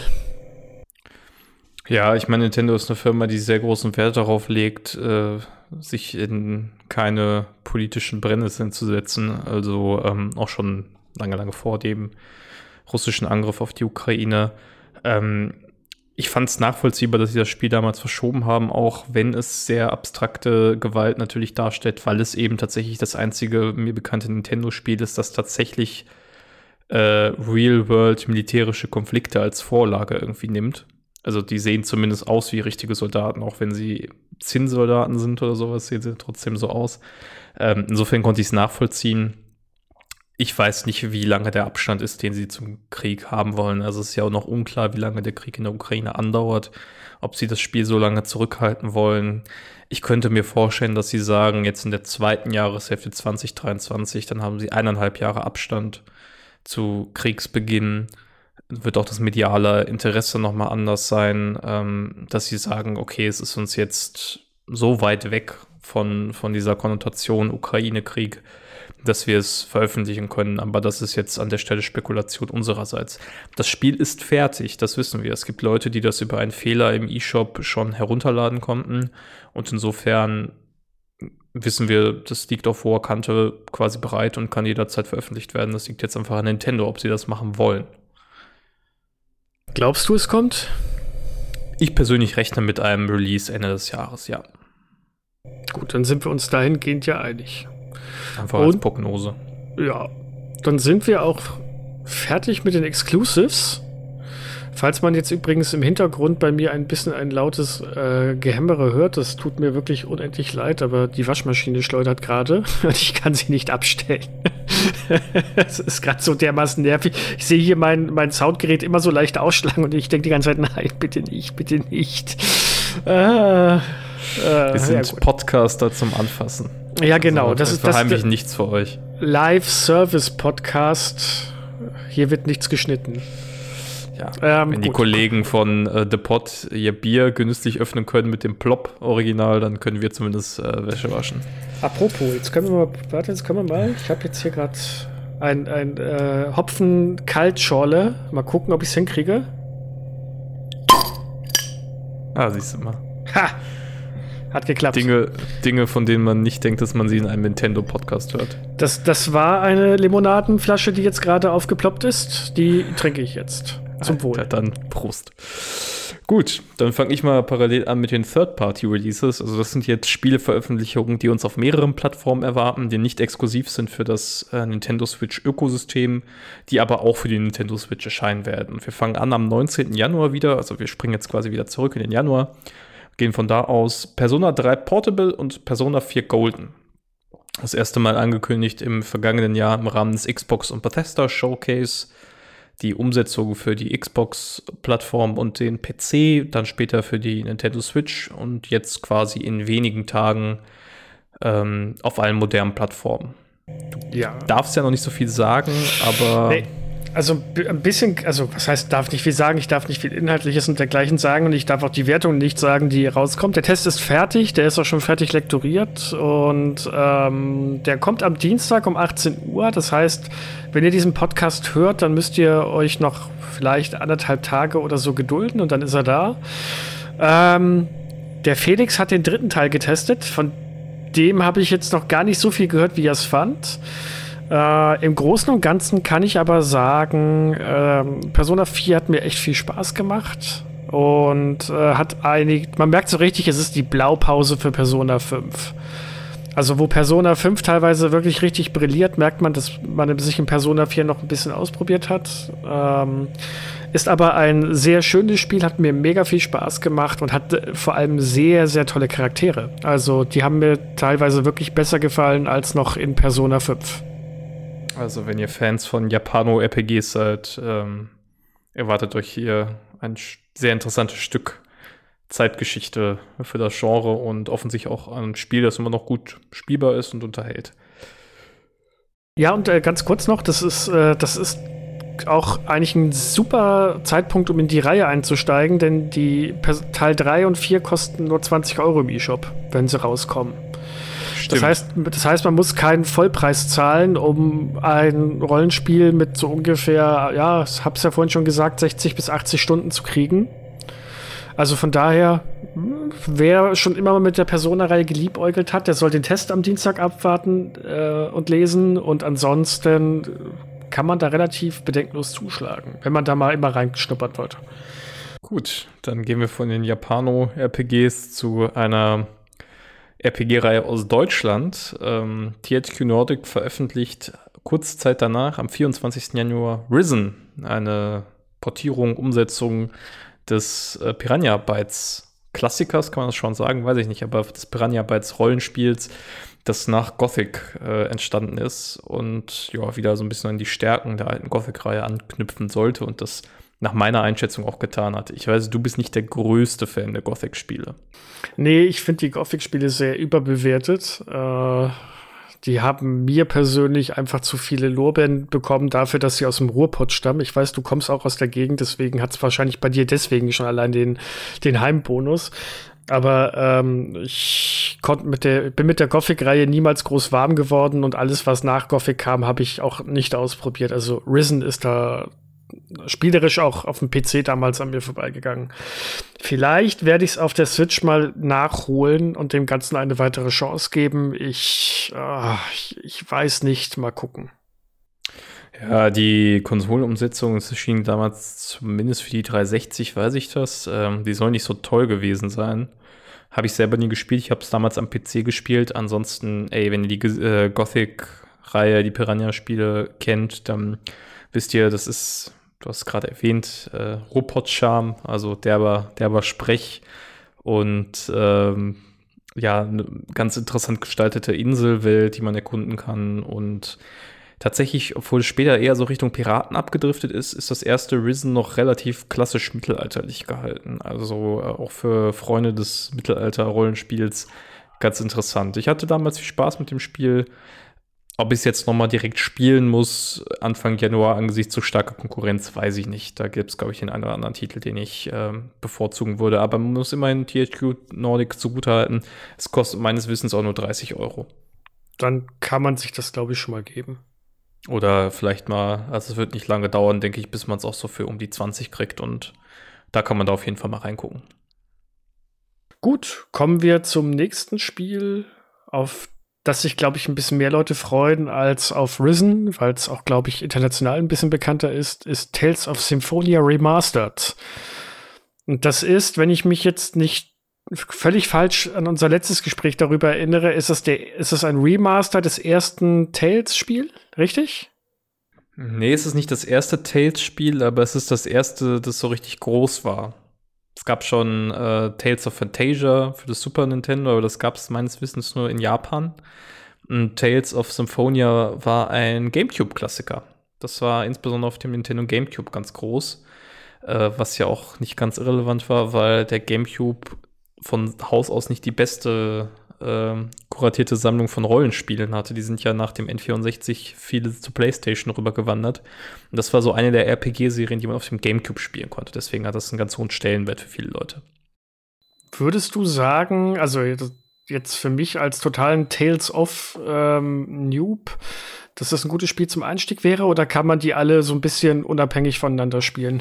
Ja, ich meine, Nintendo ist eine Firma, die sehr großen Wert darauf legt, äh, sich in keine politischen Brennnesseln zu setzen. Also ähm, auch schon lange, lange vor dem russischen Angriff auf die Ukraine. Ähm, ich fand es nachvollziehbar, dass sie das Spiel damals verschoben haben, auch wenn es sehr abstrakte Gewalt natürlich darstellt, weil es eben tatsächlich das einzige mir bekannte Nintendo-Spiel ist, das tatsächlich äh, Real-World militärische Konflikte als Vorlage irgendwie nimmt. Also die sehen zumindest aus wie richtige Soldaten, auch wenn sie Zinnsoldaten sind oder sowas, sehen sie trotzdem so aus. Ähm, insofern konnte ich es nachvollziehen. Ich weiß nicht, wie lange der Abstand ist, den sie zum Krieg haben wollen. Also es ist ja auch noch unklar, wie lange der Krieg in der Ukraine andauert, ob sie das Spiel so lange zurückhalten wollen. Ich könnte mir vorstellen, dass sie sagen, jetzt in der zweiten Jahreshälfte zwanzig dreiundzwanzig, dann haben sie eineinhalb Jahre Abstand zu Kriegsbeginn. wird auch das mediale Interesse nochmal anders sein, ähm, dass sie sagen, okay, es ist uns jetzt so weit weg von, von dieser Konnotation Ukraine-Krieg, dass wir es veröffentlichen können. Aber das ist jetzt an der Stelle Spekulation unsererseits. Das Spiel ist fertig, das wissen wir. Es gibt Leute, die das über einen Fehler im eShop schon herunterladen konnten. Und insofern wissen wir, das League of War kannte quasi bereit und kann jederzeit veröffentlicht werden. Das liegt jetzt einfach an Nintendo, ob sie das machen wollen. Glaubst du, es kommt? Ich persönlich rechne mit einem Release Ende des Jahres, ja. Gut, dann sind wir uns dahingehend ja einig. Einfach als Prognose. Ja, dann sind wir auch fertig mit den Exclusives. Falls man jetzt übrigens im Hintergrund bei mir ein bisschen ein lautes äh, Gehämmere hört, das tut mir wirklich unendlich leid, aber die Waschmaschine schleudert gerade und ich kann sie nicht abstellen. Es ist gerade so dermaßen nervig. Ich sehe hier mein, mein Soundgerät immer so leicht ausschlagen und ich denke die ganze Zeit, nein, bitte nicht, bitte nicht. Äh, äh, Wir sind ja, Podcaster zum Anfassen. Ja, genau. Also, das wir ist das verheimlichen nichts für euch. Live-Service-Podcast. Hier wird nichts geschnitten. Ja, ähm, wenn die gut. Kollegen von äh, The Pod ihr Bier genüsslich öffnen können mit dem Plop-Original, dann können wir zumindest äh, Wäsche waschen. Apropos, jetzt können wir mal, warte, jetzt können wir mal, ich habe jetzt hier gerade ein, ein äh, Hopfen-Kaltschorle. Mal gucken, ob ich es hinkriege. Ah, siehst du mal. Ha! Hat geklappt. Dinge, Dinge, von denen man nicht denkt, dass man sie in einem Nintendo-Podcast hört. Das, das war eine Limonadenflasche, die jetzt gerade aufgeploppt ist. Die trinke ich jetzt. Zum Wohl. Alter, dann Prost. Gut, dann fange ich mal parallel an mit den Third-Party-Releases. Also das sind jetzt Spieleveröffentlichungen, die uns auf mehreren Plattformen erwarten, die nicht exklusiv sind für das äh, Nintendo Switch-Ökosystem, die aber auch für die Nintendo Switch erscheinen werden. Und wir fangen an am neunzehnten Januar wieder, also wir springen jetzt quasi wieder zurück in den Januar, gehen von da aus Persona drei Portable und Persona vier Golden. Das erste Mal angekündigt im vergangenen Jahr im Rahmen des Xbox und Bethesda Showcase. Die Umsetzung für die Xbox-Plattform und den P C, dann später für die Nintendo Switch und jetzt quasi in wenigen Tagen ähm, auf allen modernen Plattformen. Du ja. darfst ja noch nicht so viel sagen, aber Nee. Also ein bisschen, also was heißt, darf nicht viel sagen, ich darf nicht viel Inhaltliches und dergleichen sagen und ich darf auch die Wertung nicht sagen, die rauskommt. Der Test ist fertig, der ist auch schon fertig lektoriert und ähm, der kommt am Dienstag um achtzehn Uhr. Das heißt, wenn ihr diesen Podcast hört, dann müsst ihr euch noch vielleicht anderthalb Tage oder so gedulden und dann ist er da. Ähm, der Felix hat den dritten Teil getestet, von dem habe ich jetzt noch gar nicht so viel gehört, wie er es fand. Äh, Im Großen und Ganzen kann ich aber sagen, ähm, Persona vier hat mir echt viel Spaß gemacht und äh, hat einig, man merkt so richtig, es ist die Blaupause für Persona fünf. Also wo Persona fünf teilweise wirklich richtig brilliert, merkt man, dass man sich in Persona vier noch ein bisschen ausprobiert hat. Ähm, ist aber ein sehr schönes Spiel, hat mir mega viel Spaß gemacht und hat äh, vor allem sehr, sehr tolle Charaktere. Also die haben mir teilweise wirklich besser gefallen als noch in Persona fünf. also wenn ihr Fans von Japano-R P Gs seid, ähm, erwartet euch hier ein sch- sehr interessantes Stück Zeitgeschichte für das Genre und offensichtlich auch ein Spiel, das immer noch gut spielbar ist und unterhält. Ja, und äh, ganz kurz noch, das ist, äh, das ist auch eigentlich ein super Zeitpunkt, um in die Reihe einzusteigen, denn die Pers- Teil drei und vier kosten nur zwanzig Euro im eShop, wenn sie rauskommen. Das heißt, das heißt, man muss keinen Vollpreis zahlen, um ein Rollenspiel mit so ungefähr, ja, ich hab's ja vorhin schon gesagt, sechzig bis achtzig Stunden zu kriegen. Also von daher, wer schon immer mal mit der Persona-Reihe geliebäugelt hat, der soll den Test am Dienstag abwarten äh, und lesen. Und ansonsten kann man da relativ bedenkenlos zuschlagen, wenn man da mal immer reinschnuppern wollte. Gut, dann gehen wir von den Japano-R P Gs zu einer R P G-Reihe aus Deutschland. Ähm, T H Q Nordic veröffentlicht kurze Zeit danach, am vierundzwanzigsten Januar, Risen, eine Portierung, Umsetzung des äh, Piranha Bytes Klassikers, kann man das schon sagen, weiß ich nicht, aber des Piranha Bytes Rollenspiels, das nach Gothic äh, entstanden ist und ja, wieder so ein bisschen an die Stärken der alten Gothic-Reihe anknüpfen sollte und das nach meiner Einschätzung auch getan hat. Ich weiß, du bist nicht der größte Fan der Gothic-Spiele. Nee, ich finde die Gothic-Spiele sehr überbewertet. Äh, Die haben mir persönlich einfach zu viele Lorbeeren bekommen dafür, dass sie aus dem Ruhrpott stammen. Ich weiß, du kommst auch aus der Gegend, deswegen hat es wahrscheinlich bei dir deswegen schon allein den, den Heimbonus. Aber ähm, ich konnte mit der, bin mit der Gothic-Reihe niemals groß warm geworden und alles, was nach Gothic kam, habe ich auch nicht ausprobiert. Also Risen ist da spielerisch auch auf dem P C damals an mir vorbeigegangen. Vielleicht werde ich es auf der Switch mal nachholen und dem Ganzen eine weitere Chance geben. Ich, äh, ich, ich weiß nicht, mal gucken. Ja, die Konsolenumsetzung, es erschien damals zumindest für die dreihundertsechzig, weiß ich das. Ähm, die soll nicht so toll gewesen sein. Habe ich selber nie gespielt. Ich habe es damals am P C gespielt. Ansonsten, ey, wenn ihr die äh, Gothic-Reihe, die Piranha-Spiele kennt, dann wisst ihr, das ist, du hast gerade erwähnt, äh, Ruhrpott-Charme, also derber, derber Sprech und ähm, ja, eine ganz interessant gestaltete Inselwelt, die man erkunden kann. Und tatsächlich, obwohl es später eher so Richtung Piraten abgedriftet ist, ist das erste Risen noch relativ klassisch mittelalterlich gehalten. Also äh, auch für Freunde des Mittelalter-Rollenspiels ganz interessant. Ich hatte damals viel Spaß mit dem Spiel. Ob ich es jetzt noch mal direkt spielen muss, Anfang Januar angesichts so starker Konkurrenz, weiß ich nicht. Da gibt es, glaube ich, den einen oder anderen Titel, den ich ähm, bevorzugen würde. Aber man muss immerhin T H Q Nordic zugutehalten. Es kostet meines Wissens auch nur dreißig Euro. Dann kann man sich das, glaube ich, schon mal geben. Oder vielleicht mal, also es wird nicht lange dauern, denke ich, bis man es auch so für um die zwanzig kriegt. Und da kann man da auf jeden Fall mal reingucken. Gut, kommen wir zum nächsten Spiel, auf das sich, glaube ich, ein bisschen mehr Leute freuen als auf Risen, weil es auch, glaube ich, international ein bisschen bekannter ist, ist Tales of Symphonia Remastered. Und das ist, wenn ich mich jetzt nicht völlig falsch an unser letztes Gespräch darüber erinnere, ist es, der, ist es ein Remaster des ersten Tales-Spiels, richtig? Nee, es ist nicht das erste Tales-Spiel, aber es ist das erste, das so richtig groß war. Es gab schon äh, Tales of Fantasia für das Super Nintendo, aber das gab es meines Wissens nur in Japan. Und Tales of Symphonia war ein GameCube-Klassiker. Das war insbesondere auf dem Nintendo GameCube ganz groß, äh, was ja auch nicht ganz irrelevant war, weil der GameCube von Haus aus nicht die beste äh, kuratierte Sammlung von Rollenspielen hatte. Die sind ja nach dem N vierundsechzig viele zu PlayStation rübergewandert. Und das war so eine der R P G-Serien, die man auf dem GameCube spielen konnte. Deswegen hat das einen ganz hohen Stellenwert für viele Leute. Würdest du sagen, also jetzt für mich als totalen Tales of ähm, Noob, dass das ein gutes Spiel zum Einstieg wäre, oder kann man die alle so ein bisschen unabhängig voneinander spielen?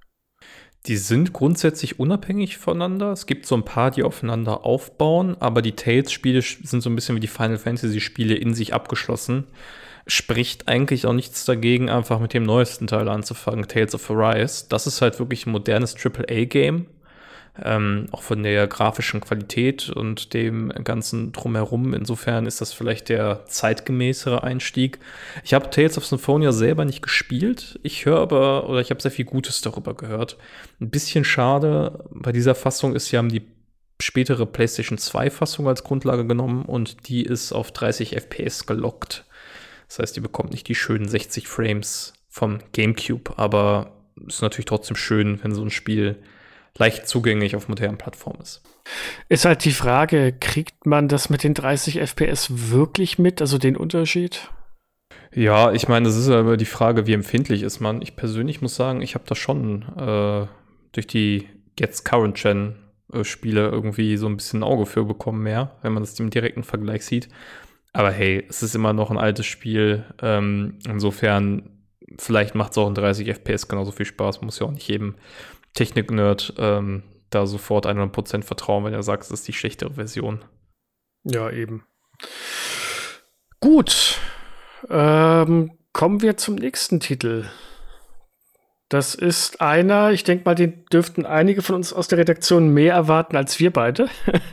Die sind grundsätzlich unabhängig voneinander. Es gibt so ein paar, die aufeinander aufbauen, aber die Tales-Spiele sind so ein bisschen wie die Final Fantasy-Spiele in sich abgeschlossen. Spricht eigentlich auch nichts dagegen, einfach mit dem neuesten Teil anzufangen, Tales of Arise. Das ist halt wirklich ein modernes Triple A Game. Ähm, auch von der grafischen Qualität und dem ganzen Drumherum. Insofern ist das vielleicht der zeitgemäßere Einstieg. Ich habe Tales of Symphonia selber nicht gespielt. Ich höre aber, oder ich habe sehr viel Gutes darüber gehört. Ein bisschen schade bei dieser Fassung ist, sie haben die spätere PlayStation zwei Fassung als Grundlage genommen und die ist auf dreißig F P S gelockt. Das heißt, die bekommt nicht die schönen sechzig Frames vom GameCube, aber ist natürlich trotzdem schön, wenn so ein Spiel leicht zugänglich auf modernen Plattformen ist. Ist halt die Frage, kriegt man das mit den dreißig F P S wirklich mit, also den Unterschied? Ja, ich meine, das ist ja immer die Frage, wie empfindlich ist man. Ich persönlich muss sagen, ich habe da schon äh, durch die jetzt Current-Gen-Spiele irgendwie so ein bisschen ein Auge für bekommen mehr, wenn man das im direkten Vergleich sieht. Aber hey, es ist immer noch ein altes Spiel. Ähm, insofern, vielleicht macht es auch in dreißig F P S genauso viel Spaß. Muss ja auch nicht jedem Technik-Nerd ähm, da sofort hundert Prozent vertrauen, wenn er sagt, es ist die schlechtere Version. Ja, eben. Gut. Ähm, kommen wir zum nächsten Titel. Das ist einer, ich denke mal, den dürften einige von uns aus der Redaktion mehr erwarten als wir beide.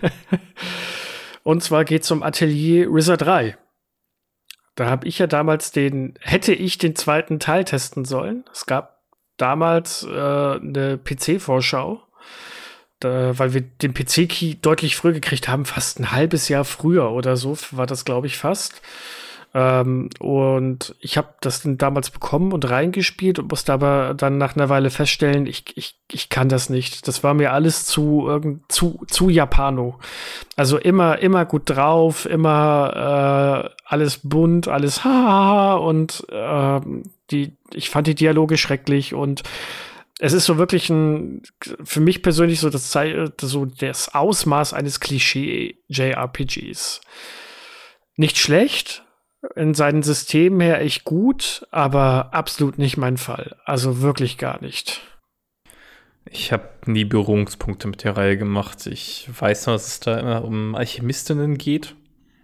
Und zwar geht es um Atelier R Z A drei. Da habe ich ja damals den, hätte ich den zweiten Teil testen sollen. Es gab damals äh, eine P C-Vorschau, da, weil wir den P C-Key deutlich früher gekriegt haben, fast ein halbes Jahr früher oder so, war das, glaube ich, fast. Ähm, und ich habe das dann damals bekommen und reingespielt und musste aber dann nach einer Weile feststellen, ich, ich, ich kann das nicht. Das war mir alles zu, irgend, zu, zu Japano. Also immer, immer gut drauf, immer äh, alles bunt, alles hahaha und äh, die, ich fand die Dialoge schrecklich und es ist so wirklich ein, für mich persönlich so das, so das Ausmaß eines Klischee-J R P Gs. Nicht schlecht, in seinen Systemen her echt gut, aber absolut nicht mein Fall. Also wirklich gar nicht. Ich habe nie Berührungspunkte mit der Reihe gemacht. Ich weiß nur, dass es da immer um Alchemistinnen geht,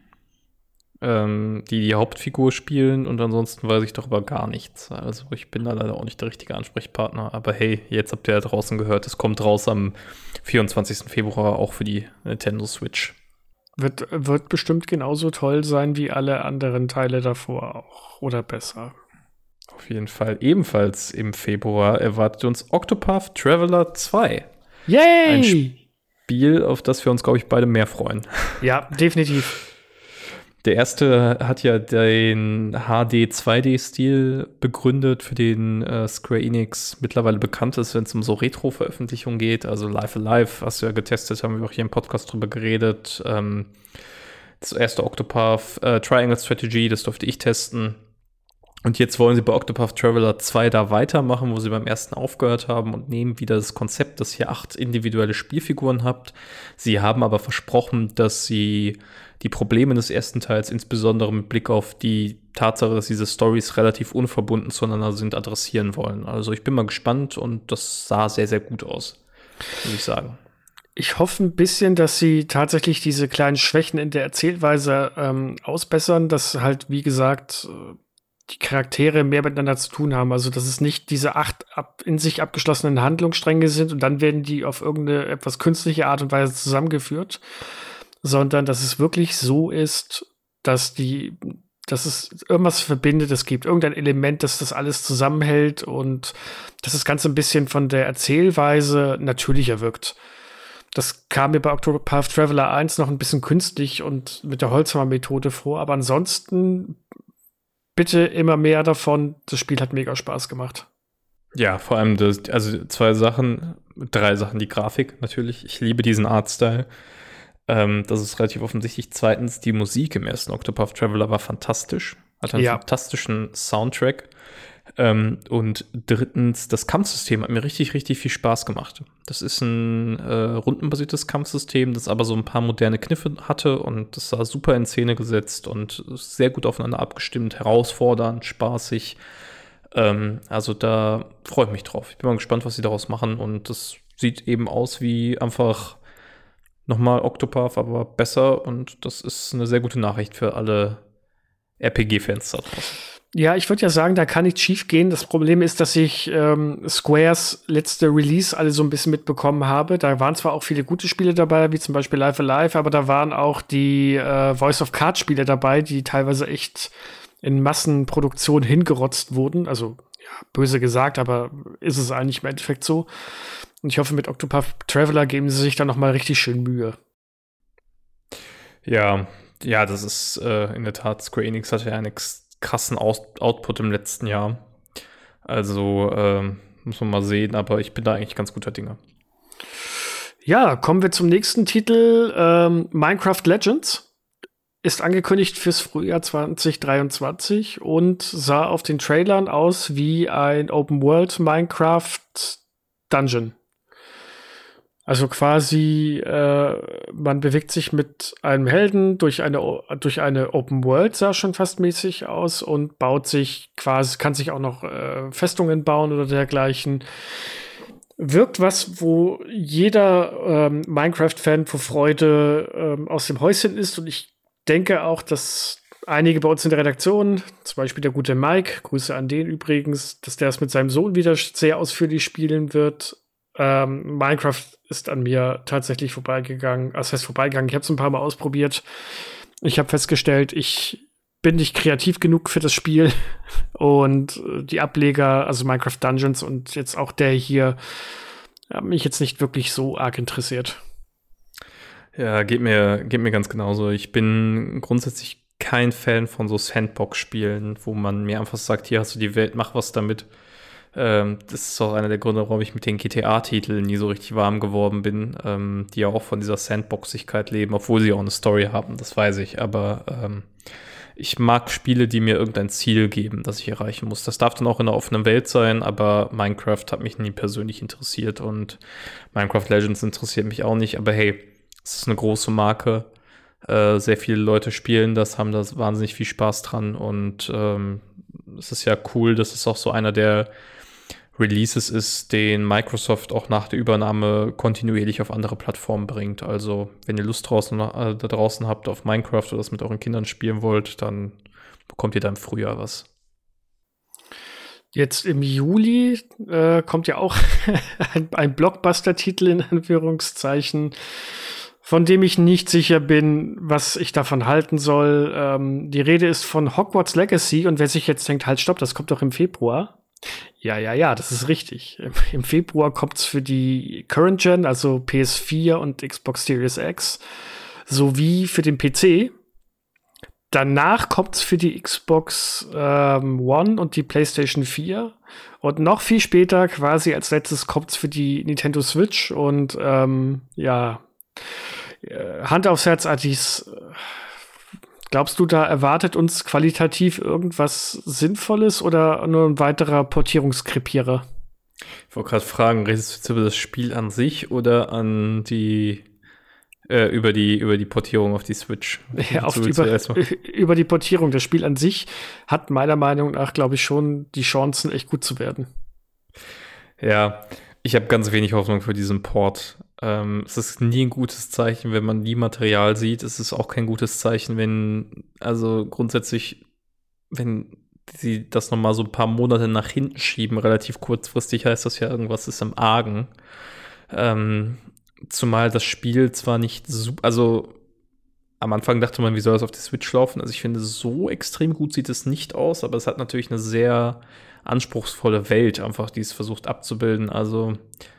ähm, die die Hauptfigur spielen und ansonsten weiß ich darüber gar nichts. Also ich bin da leider auch nicht der richtige Ansprechpartner. Aber hey, jetzt habt ihr ja draußen gehört, es kommt raus am vierundzwanzigsten Februar auch für die Nintendo Switch. Wird, wird bestimmt genauso toll sein wie alle anderen Teile davor auch. Oder besser. Auf jeden Fall. Ebenfalls im Februar erwartet uns Octopath Traveler zwei. Yay! Ein Spiel, auf das wir uns, glaube ich, beide mehr freuen. Ja, definitiv. Der erste hat ja den H D zwei D-Stil begründet, für den äh, Square Enix mittlerweile bekannt ist, wenn es um so Retro-Veröffentlichungen geht. Also Life Alive hast du ja getestet, haben wir auch hier im Podcast drüber geredet. Ähm, das erste Octopath äh, Triangle Strategy, das durfte ich testen. Und jetzt wollen sie bei Octopath Traveler zwei da weitermachen, wo sie beim ersten aufgehört haben und nehmen wieder das Konzept, dass ihr acht individuelle Spielfiguren habt. Sie haben aber versprochen, dass sie die Probleme des ersten Teils, insbesondere mit Blick auf die Tatsache, dass diese Storys relativ unverbunden zueinander sind, adressieren wollen. Also ich bin mal gespannt und das sah sehr, sehr gut aus, muss ich sagen. Ich hoffe ein bisschen, dass sie tatsächlich diese kleinen Schwächen in der Erzählweise ähm, ausbessern, dass halt, wie gesagt, die Charaktere mehr miteinander zu tun haben. Also, dass es nicht diese acht ab, in sich abgeschlossenen Handlungsstränge sind und dann werden die auf irgendeine etwas künstliche Art und Weise zusammengeführt, sondern dass es wirklich so ist, dass die, dass es irgendwas Verbindendes gibt, irgendein Element, das das alles zusammenhält und dass das Ganze ein bisschen von der Erzählweise natürlicher wirkt. Das kam mir bei Octopath Traveler eins noch ein bisschen künstlich und mit der Holzhammer-Methode vor, aber ansonsten bitte immer mehr davon. Das Spiel hat mega Spaß gemacht. Ja, vor allem, das, also zwei Sachen, drei Sachen. Die Grafik natürlich. Ich liebe diesen Artstyle. Ähm, das ist relativ offensichtlich. Zweitens, die Musik im ersten Octopath Traveler war fantastisch. Hat einen Ja. fantastischen Soundtrack. Ähm, und drittens, das Kampfsystem hat mir richtig, richtig viel Spaß gemacht. Das ist ein äh, rundenbasiertes Kampfsystem, das aber so ein paar moderne Kniffe hatte und das sah super in Szene gesetzt und sehr gut aufeinander abgestimmt, herausfordernd, spaßig. Ähm, also da freue ich mich drauf. Ich bin mal gespannt, was sie daraus machen und das sieht eben aus wie einfach nochmal Octopath, aber besser und das ist eine sehr gute Nachricht für alle R P G-Fans da draußen. Ja, ich würde ja sagen, da kann nichts schief gehen. Das Problem ist, dass ich ähm, Squares letzte Release alle so ein bisschen mitbekommen habe. Da waren zwar auch viele gute Spiele dabei, wie zum Beispiel Life Alive, aber da waren auch die äh, Voice of Cards Spiele dabei, die teilweise echt in Massenproduktion hingerotzt wurden. Also, ja, böse gesagt, aber ist es eigentlich im Endeffekt so. Und ich hoffe, mit Octopath Traveler geben sie sich da noch mal richtig schön Mühe. Ja, ja, das ist äh, in der Tat, Square Enix hatte ja einen ex- krassen Aus- Output im letzten Jahr. Also ähm, muss man mal sehen, aber ich bin da eigentlich ganz guter Dinge. Ja, kommen wir zum nächsten Titel. Ähm, Minecraft Legends ist angekündigt fürs Frühjahr zwanzig dreiundzwanzig und sah auf den Trailern aus wie ein Open-World Minecraft Dungeon. Also quasi, äh, man bewegt sich mit einem Helden durch eine, durch eine Open World, sah schon fast mäßig aus und baut sich quasi, kann sich auch noch äh, Festungen bauen oder dergleichen. Wirkt was, wo jeder ähm, Minecraft-Fan vor Freude ähm, aus dem Häuschen ist und ich denke auch, dass einige bei uns in der Redaktion, zum Beispiel der gute Mike, Grüße an den übrigens, dass der es mit seinem Sohn wieder sehr ausführlich spielen wird. Ähm, Minecraft ist an mir tatsächlich vorbeigegangen. Das heißt vorbeigegangen. Ich habe es ein paar Mal ausprobiert. Ich habe festgestellt, ich bin nicht kreativ genug für das Spiel. Und die Ableger, also Minecraft Dungeons und jetzt auch der hier, haben mich jetzt nicht wirklich so arg interessiert. Ja, geht mir, geht mir ganz genauso. Ich bin grundsätzlich kein Fan von so Sandbox-Spielen, wo man mir einfach sagt, hier hast du die Welt, mach was damit. Ähm, das ist auch einer der Gründe, warum ich mit den G T A-Titeln nie so richtig warm geworden bin, ähm, die ja auch von dieser Sandboxigkeit leben, obwohl sie auch eine Story haben, das weiß ich. Aber ähm, ich mag Spiele, die mir irgendein Ziel geben, das ich erreichen muss. Das darf dann auch in einer offenen Welt sein, aber Minecraft hat mich nie persönlich interessiert und Minecraft Legends interessiert mich auch nicht. Aber hey, es ist eine große Marke. Äh, sehr viele Leute spielen das, haben da wahnsinnig viel Spaß dran und ähm, es ist ja cool, dass es auch so einer der Releases ist, den Microsoft auch nach der Übernahme kontinuierlich auf andere Plattformen bringt. Also, wenn ihr Lust draußen, äh, da draußen habt auf Minecraft oder das mit euren Kindern spielen wollt, dann bekommt ihr da im Frühjahr was. Jetzt im Juli äh, kommt ja auch ein, ein Blockbuster-Titel in Anführungszeichen, von dem ich nicht sicher bin, was ich davon halten soll. Ähm, die Rede ist von Hogwarts Legacy und wer sich jetzt denkt, halt stopp, das kommt doch im Februar. Ja, ja, ja, das ist richtig. Im Februar kommt's für die Current Gen, also P S vier und Xbox Series X, sowie für den P C. Danach kommt's für die Xbox ähm, One und die PlayStation vier. Und noch viel später, quasi als letztes, kommt's für die Nintendo Switch. Und ähm, ja, äh, Hand aufs Herz, Adis. Glaubst du, da erwartet uns qualitativ irgendwas Sinnvolles oder nur ein weiterer Portierungskrepierer? Ich wollte gerade fragen, redest du jetzt über das Spiel an sich oder an die äh, über die über die Portierung auf die Switch? Ja, auf die, über, über die Portierung. Das Spiel an sich hat meiner Meinung nach, glaube ich, schon die Chancen, echt gut zu werden. Ja, ich habe ganz wenig Hoffnung für diesen Port. Ähm, es ist nie ein gutes Zeichen, wenn man nie Material sieht. Es ist auch kein gutes Zeichen, wenn, also grundsätzlich, wenn sie das nochmal so ein paar Monate nach hinten schieben, relativ kurzfristig, heißt das ja, irgendwas ist im Argen. Ähm, zumal das Spiel zwar nicht super, also am Anfang dachte man, wie soll das auf die Switch laufen? Also ich finde, so extrem gut sieht es nicht aus, aber es hat natürlich eine sehr anspruchsvolle Welt, einfach, die es versucht abzubilden. Also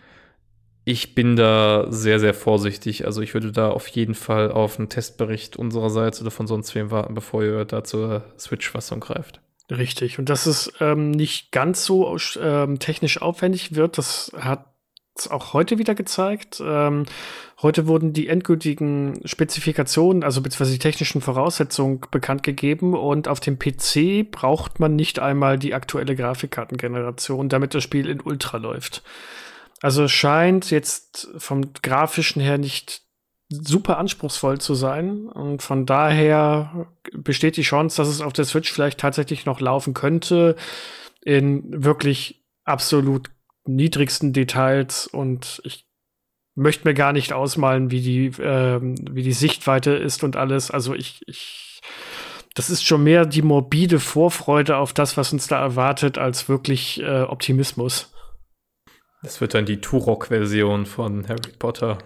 ich bin da sehr, sehr vorsichtig. Also ich würde da auf jeden Fall auf einen Testbericht unsererseits oder von sonst wem warten, bevor ihr da zur Switch-Fassung greift. Richtig. Und dass es ähm, nicht ganz so ähm, technisch aufwendig wird, das hat es auch heute wieder gezeigt. Ähm, heute wurden die endgültigen Spezifikationen, also beziehungsweise die technischen Voraussetzungen bekannt gegeben. Und auf dem P C braucht man nicht einmal die aktuelle Grafikkartengeneration, damit das Spiel in Ultra läuft. Also es scheint jetzt vom Grafischen her nicht super anspruchsvoll zu sein. Und von daher besteht die Chance, dass es auf der Switch vielleicht tatsächlich noch laufen könnte in wirklich absolut niedrigsten Details. Und ich möchte mir gar nicht ausmalen, wie die, ähm, wie die Sichtweite ist und alles. Also ich, ich, das ist schon mehr die morbide Vorfreude auf das, was uns da erwartet, als wirklich äh, Optimismus. Das wird dann die Turok-Version von Harry Potter.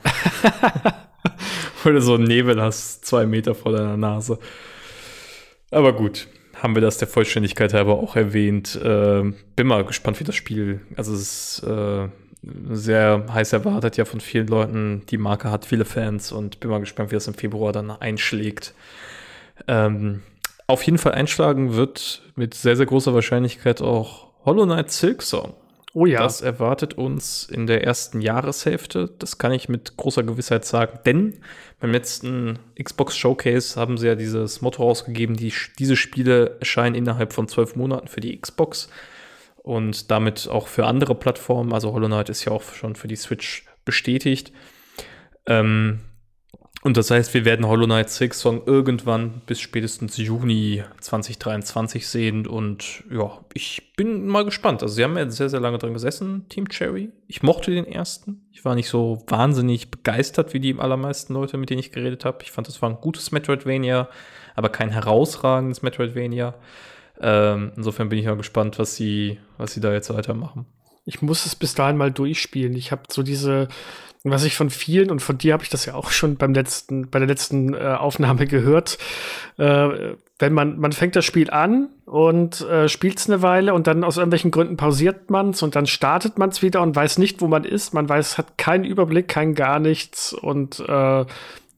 Wo du so einen Nebel hast, zwei Meter vor deiner Nase. Aber gut, haben wir das der Vollständigkeit halber auch erwähnt. Äh, bin mal gespannt, wie das Spiel, also es ist äh, sehr heiß erwartet ja von vielen Leuten. Die Marke hat viele Fans und bin mal gespannt, wie das im Februar dann einschlägt. Ähm, auf jeden Fall einschlagen wird mit sehr, sehr großer Wahrscheinlichkeit auch Hollow Knight Silksong. Oh ja. Das erwartet uns in der ersten Jahreshälfte. Das kann ich mit großer Gewissheit sagen. Denn beim letzten Xbox Showcase haben sie ja dieses Motto ausgegeben, die, diese Spiele erscheinen innerhalb von zwölf Monaten für die Xbox und damit auch für andere Plattformen. Also Hollow Knight ist ja auch schon für die Switch bestätigt. Ähm, und das heißt, wir werden Hollow Knight Silksong irgendwann bis spätestens Juni zwanzig dreiundzwanzig sehen. Und ja, ich bin mal gespannt. Also sie haben ja sehr, sehr lange dran gesessen, Team Cherry. Ich mochte den ersten. Ich war nicht so wahnsinnig begeistert wie die allermeisten Leute, mit denen ich geredet habe. Ich fand, das war ein gutes Metroidvania, aber kein herausragendes Metroidvania. Ähm, insofern bin ich mal gespannt, was sie, was sie da jetzt weitermachen. Ich muss es bis dahin mal durchspielen. Ich habe so diese, was ich von vielen, und von dir habe ich das ja auch schon beim letzten, bei der letzten äh, Aufnahme gehört, äh, wenn man, man fängt das Spiel an und äh, spielt es eine Weile und dann aus irgendwelchen Gründen pausiert man es und dann startet man es wieder und weiß nicht, wo man ist. Man weiß, hat keinen Überblick, kein gar nichts und äh,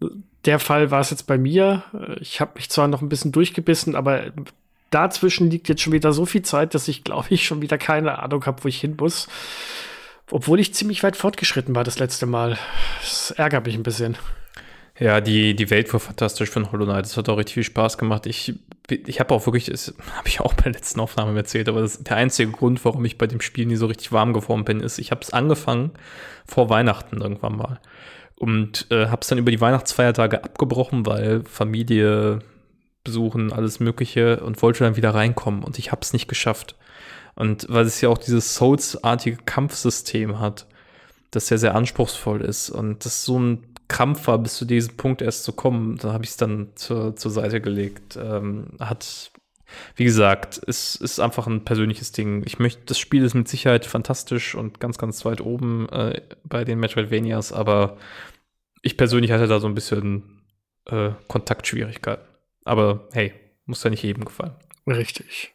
der Fall war es jetzt bei mir. Ich habe mich zwar noch ein bisschen durchgebissen, aber dazwischen liegt jetzt schon wieder so viel Zeit, dass ich, glaube ich, schon wieder keine Ahnung habe, wo ich hin muss. Obwohl ich ziemlich weit fortgeschritten war das letzte Mal. Das ärgert mich ein bisschen. Ja, die, die Welt war fantastisch von Hollow Knight. Es hat auch richtig viel Spaß gemacht. Ich, ich habe auch wirklich, das habe ich auch bei der letzten Aufnahme erzählt, aber das, der einzige Grund, warum ich bei dem Spiel nie so richtig warm geworden bin, ist, ich habe es angefangen vor Weihnachten irgendwann mal. Und äh, habe es dann über die Weihnachtsfeiertage abgebrochen, weil Familie besuchen, alles Mögliche, und wollte dann wieder reinkommen. Und ich habe es nicht geschafft. Und weil es ja auch dieses Souls-artige Kampfsystem hat, das sehr, sehr anspruchsvoll ist. Und das so ein Krampf war, bis zu diesem Punkt erst zu kommen. Da habe ich es dann zur, zur Seite gelegt. Ähm, hat, wie gesagt, es ist einfach ein persönliches Ding. Ich möchte, das Spiel ist mit Sicherheit fantastisch und ganz, ganz weit oben äh, bei den Metroidvanias, aber ich persönlich hatte da so ein bisschen äh, Kontaktschwierigkeiten. Aber hey, muss ja nicht jedem gefallen. Richtig.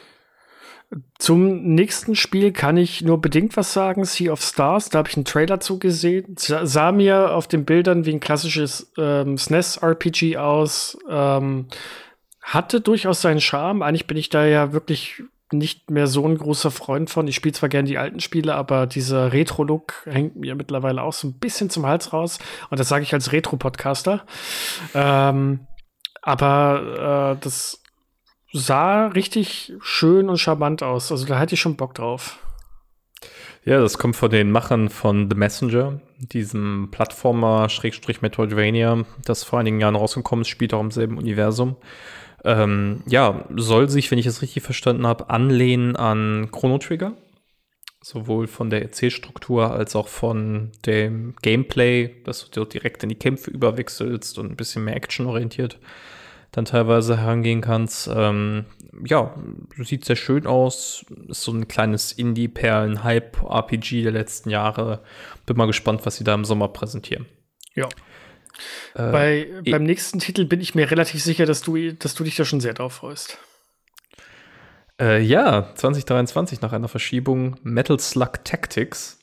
Zum nächsten Spiel kann ich nur bedingt was sagen. Sea of Stars, da habe ich einen Trailer zugesehen. Sa- Sah mir auf den Bildern wie ein klassisches ähm, S N E S-R P G aus. Ähm, hatte durchaus seinen Charme. Eigentlich bin ich da ja wirklich nicht mehr so ein großer Freund von. Ich spiele zwar gerne die alten Spiele, aber dieser Retro-Look hängt mir mittlerweile auch so ein bisschen zum Hals raus. Und das sage ich als Retro-Podcaster. Ähm, aber äh, das sah richtig schön und charmant aus. Also da hatte ich schon Bock drauf. Ja, das kommt von den Machern von The Messenger, diesem Plattformer-Metroidvania, das vor einigen Jahren rausgekommen ist, spielt auch im selben Universum. Ähm, ja, soll sich, wenn ich es richtig verstanden habe, anlehnen an Chrono Trigger. Sowohl von der Erzählstruktur als auch von dem Gameplay, dass du dort direkt in die Kämpfe überwechselst und ein bisschen mehr actionorientiert dann teilweise herangehen kannst. Ähm, ja, sieht sehr schön aus. Ist so ein kleines Indie-Perlen-Hype-R P G der letzten Jahre. Bin mal gespannt, was sie da im Sommer präsentieren. Ja. Äh, Bei, eh- beim nächsten Titel bin ich mir relativ sicher, dass du, dass du dich da schon sehr drauf freust. Äh, ja, zwanzig dreiundzwanzig nach einer Verschiebung Metal Slug Tactics.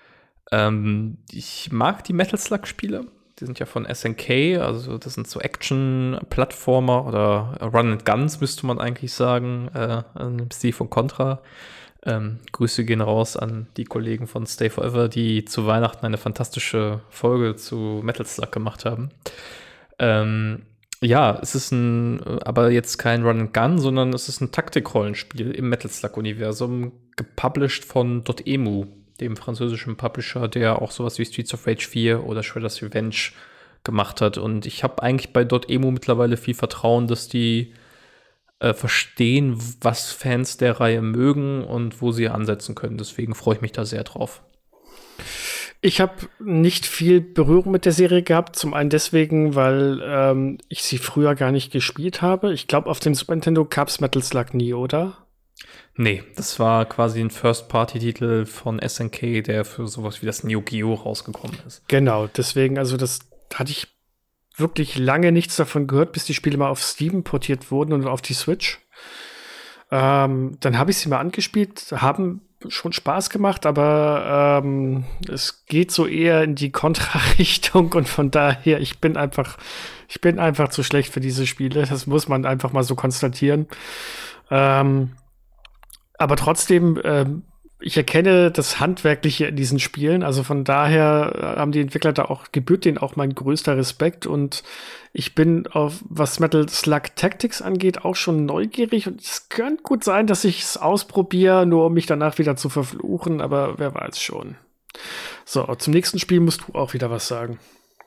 Ähm, ich mag die Metal Slug-Spiele. Die sind ja von S N K, also das sind so Action-Plattformer oder Run-and-Guns, müsste man eigentlich sagen, äh, im Stil von Contra. Ähm, Grüße gehen raus an die Kollegen von Stay Forever, die zu Weihnachten eine fantastische Folge zu Metal Slug gemacht haben. Ähm, ja, es ist ein, aber jetzt kein Run-and-Gun, sondern es ist ein Taktik-Rollenspiel im Metal Slug-Universum, gepublished von Dotemu, dem französischen Publisher, der auch sowas wie Streets of Rage vier oder Shredder's Revenge gemacht hat. Und ich habe eigentlich bei Dotemu mittlerweile viel Vertrauen, dass die äh, verstehen, was Fans der Reihe mögen und wo sie ansetzen können. Deswegen freue ich mich da sehr drauf. Ich habe nicht viel Berührung mit der Serie gehabt. Zum einen deswegen, weil ähm, ich sie früher gar nicht gespielt habe. Ich glaube, auf dem Super Nintendo gab es Metal Slug nie, oder? Nee, das war quasi ein First-Party-Titel von S N K, der für sowas wie das Neo Geo rausgekommen ist. Genau, deswegen, also das hatte ich wirklich lange nichts davon gehört, bis die Spiele mal auf Steam portiert wurden und auf die Switch. Ähm, dann habe ich sie mal angespielt, haben schon Spaß gemacht, aber ähm, es geht so eher in die Kontrarichtung und von daher, ich bin einfach, ich bin einfach zu schlecht für diese Spiele. Das muss man einfach mal so konstatieren. Ähm, aber trotzdem, ähm, ich erkenne das Handwerkliche in diesen Spielen. Also von daher äh, haben die Entwickler da auch, gebührt denen auch mein größter Respekt. Und ich bin auf, was Metal Slug Tactics angeht, auch schon neugierig. Und es könnte gut sein, dass ich es ausprobiere, nur um mich danach wieder zu verfluchen. Aber wer weiß schon. So, zum nächsten Spiel musst du auch wieder was sagen.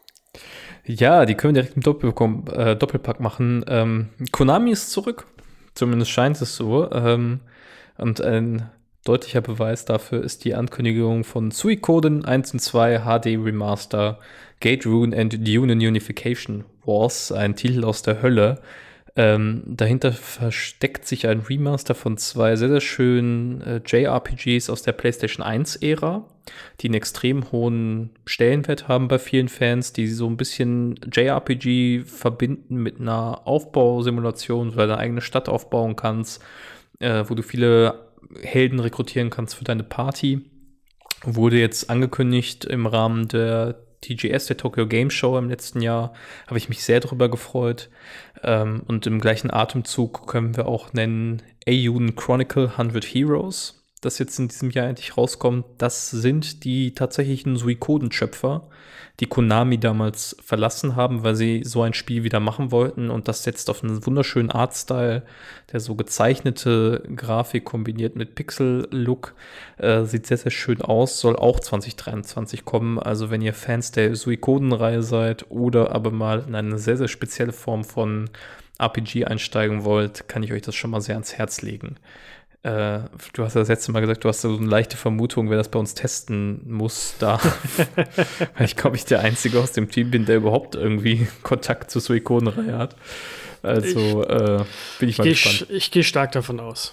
Ja, die können wir direkt im Doppelkom äh, Doppelpack machen. Ähm, Konami ist zurück. Zumindest scheint es so. Ähm, und ein deutlicher Beweis dafür ist die Ankündigung von Suikoden eins und zwei H D Remaster, Gate Rune and Dune Unification Wars, ein Titel aus der Hölle. Ähm, dahinter versteckt sich ein Remaster von zwei sehr, sehr schönen äh, J R P Gs aus der PlayStation eins-Ära, die einen extrem hohen Stellenwert haben bei vielen Fans, die so ein bisschen J R P G verbinden mit einer Aufbausimulation, wo du deine eigene Stadt aufbauen kannst, äh, wo du viele Helden rekrutieren kannst für deine Party. Wurde jetzt angekündigt im Rahmen der T G S, der Tokyo Game Show im letzten Jahr, habe ich mich sehr drüber gefreut. Ähm, und im gleichen Atemzug können wir auch nennen Eiyuden Chronicle hundert Heroes, das jetzt in diesem Jahr endlich rauskommt. Das sind die tatsächlichen Suikoden-Schöpfer, die Konami damals verlassen haben, weil sie so ein Spiel wieder machen wollten. Und das setzt auf einen wunderschönen Artstyle, der so gezeichnete Grafik kombiniert mit Pixel-Look. Äh, sieht sehr, sehr schön aus, soll auch zwanzig dreiundzwanzig kommen. Also wenn ihr Fans der Suikoden-Reihe seid oder aber mal in eine sehr, sehr spezielle Form von R P G einsteigen wollt, kann ich euch das schon mal sehr ans Herz legen. Äh, du hast ja das letzte Mal gesagt, du hast so eine leichte Vermutung, wer das bei uns testen muss, da. Weil ich glaube, ich der Einzige aus dem Team bin, der überhaupt irgendwie Kontakt zur Suikoden-Reihe hat. Also ich, äh, bin ich, ich mal geh, gespannt. Ich gehe stark davon aus.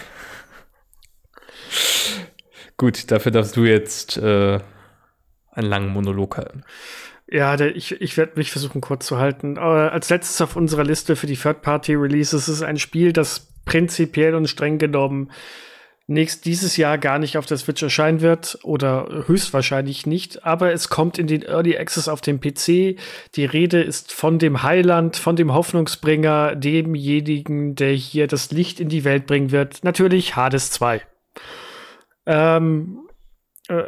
Gut, dafür darfst du jetzt äh, einen langen Monolog halten. Ja, der, ich, ich werde mich versuchen, kurz zu halten. Aber als letztes auf unserer Liste für die Third-Party-Releases ist ein Spiel, das prinzipiell und streng genommen nächst dieses Jahr gar nicht auf der Switch erscheinen wird oder höchstwahrscheinlich nicht, aber es kommt in den Early Access auf dem P C. Die Rede ist von dem Heiland, von dem Hoffnungsbringer, demjenigen, der hier das Licht in die Welt bringen wird. Natürlich Hades zwei. Ähm, äh,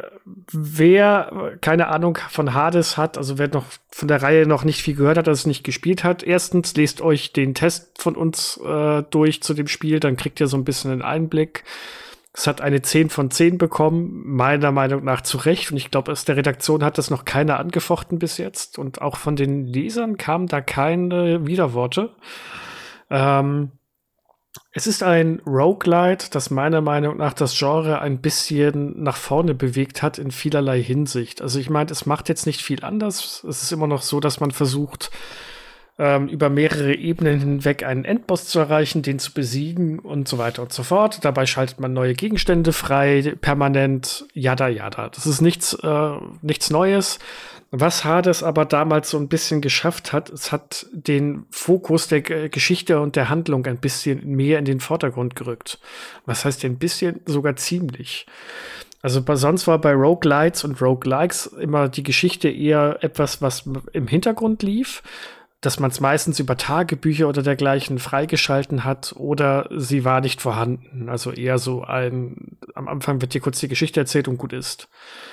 wer keine Ahnung von Hades hat, also wer noch von der Reihe noch nicht viel gehört hat, das es nicht gespielt hat, erstens lest euch den Test von uns äh, durch zu dem Spiel, dann kriegt ihr so ein bisschen einen Einblick. Es hat eine zehn von zehn bekommen, meiner Meinung nach zu Recht. Und ich glaube, aus der Redaktion hat das noch keiner angefochten bis jetzt. Und auch von den Lesern kamen da keine Widerworte. Ähm, es ist ein Roguelite, das meiner Meinung nach das Genre ein bisschen nach vorne bewegt hat in vielerlei Hinsicht. Also ich meine, es macht jetzt nicht viel anders. Es ist immer noch so, dass man versucht, ähm, über mehrere Ebenen hinweg einen Endboss zu erreichen, den zu besiegen und so weiter und so fort. Dabei schaltet man neue Gegenstände frei, permanent, yada yada. Das ist nichts, äh, nichts Neues. Was Hades aber damals so ein bisschen geschafft hat, es hat den Fokus der G- Geschichte und der Handlung ein bisschen mehr in den Vordergrund gerückt. Was heißt ein bisschen? Sogar ziemlich. Also bei, sonst war bei Roguelites und Roguelikes immer die Geschichte eher etwas, was im Hintergrund lief, dass man es meistens über Tagebücher oder dergleichen freigeschalten hat oder sie war nicht vorhanden. Also eher so ein, am Anfang wird dir kurz die Geschichte erzählt und gut ist.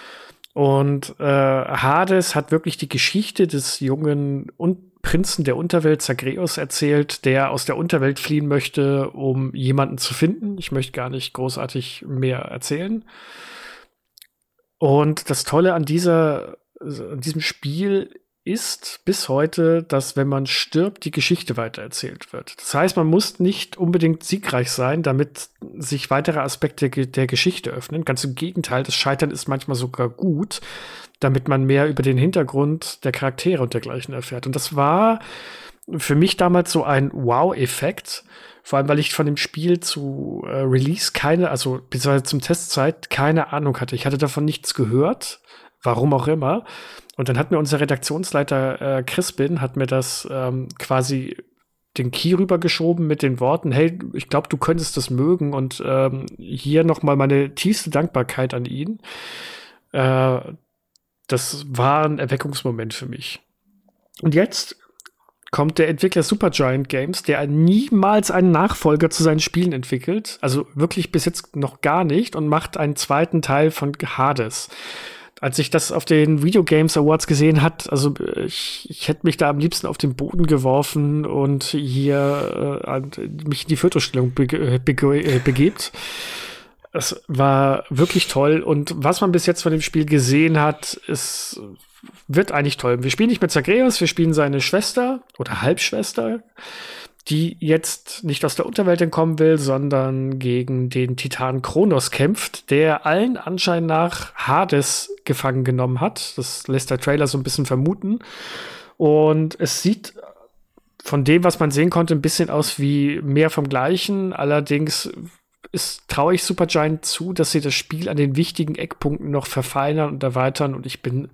Und äh, Hades hat wirklich die Geschichte des jungen Un- Prinzen der Unterwelt, Zagreus, erzählt, der aus der Unterwelt fliehen möchte, um jemanden zu finden. Ich möchte gar nicht großartig mehr erzählen. Und das Tolle an dieser, an diesem Spiel ist bis heute, dass, wenn man stirbt, die Geschichte weitererzählt wird. Das heißt, man muss nicht unbedingt siegreich sein, damit sich weitere Aspekte ge- der Geschichte öffnen. Ganz im Gegenteil, das Scheitern ist manchmal sogar gut, damit man mehr über den Hintergrund der Charaktere und dergleichen erfährt. Und das war für mich damals so ein Wow-Effekt, vor allem, weil ich von dem Spiel zu äh, Release keine, also beziehungsweise zum Testzeit keine Ahnung hatte. Ich hatte davon nichts gehört, warum auch immer. Und dann hat mir unser Redaktionsleiter äh, Crispin hat mir das ähm, quasi den Key rübergeschoben mit den Worten, hey, ich glaube, du könntest das mögen und ähm, hier noch mal meine tiefste Dankbarkeit an ihn. Äh, das war ein Erweckungsmoment für mich. Und jetzt kommt der Entwickler Supergiant Games, der niemals einen Nachfolger zu seinen Spielen entwickelt, also wirklich bis jetzt noch gar nicht, und macht einen zweiten Teil von Hades. Als ich das auf den Video Games Awards gesehen hat, also ich, ich hätte mich da am liebsten auf den Boden geworfen und hier äh, mich in die Fotostellung bege- bege- begebt. Es war wirklich toll. Und was man bis jetzt von dem Spiel gesehen hat, es wird eigentlich toll. Wir spielen nicht mit Zagreus, wir spielen seine Schwester oder Halbschwester, die jetzt nicht aus der Unterwelt entkommen will, sondern gegen den Titan Kronos kämpft, der allen Anschein nach Hades gefangen genommen hat. Das lässt der Trailer so ein bisschen vermuten. Und es sieht von dem, was man sehen konnte, ein bisschen aus wie mehr vom Gleichen. Allerdings ist, traue ich Supergiant zu, dass sie das Spiel an den wichtigen Eckpunkten noch verfeinern und erweitern. Und ich bin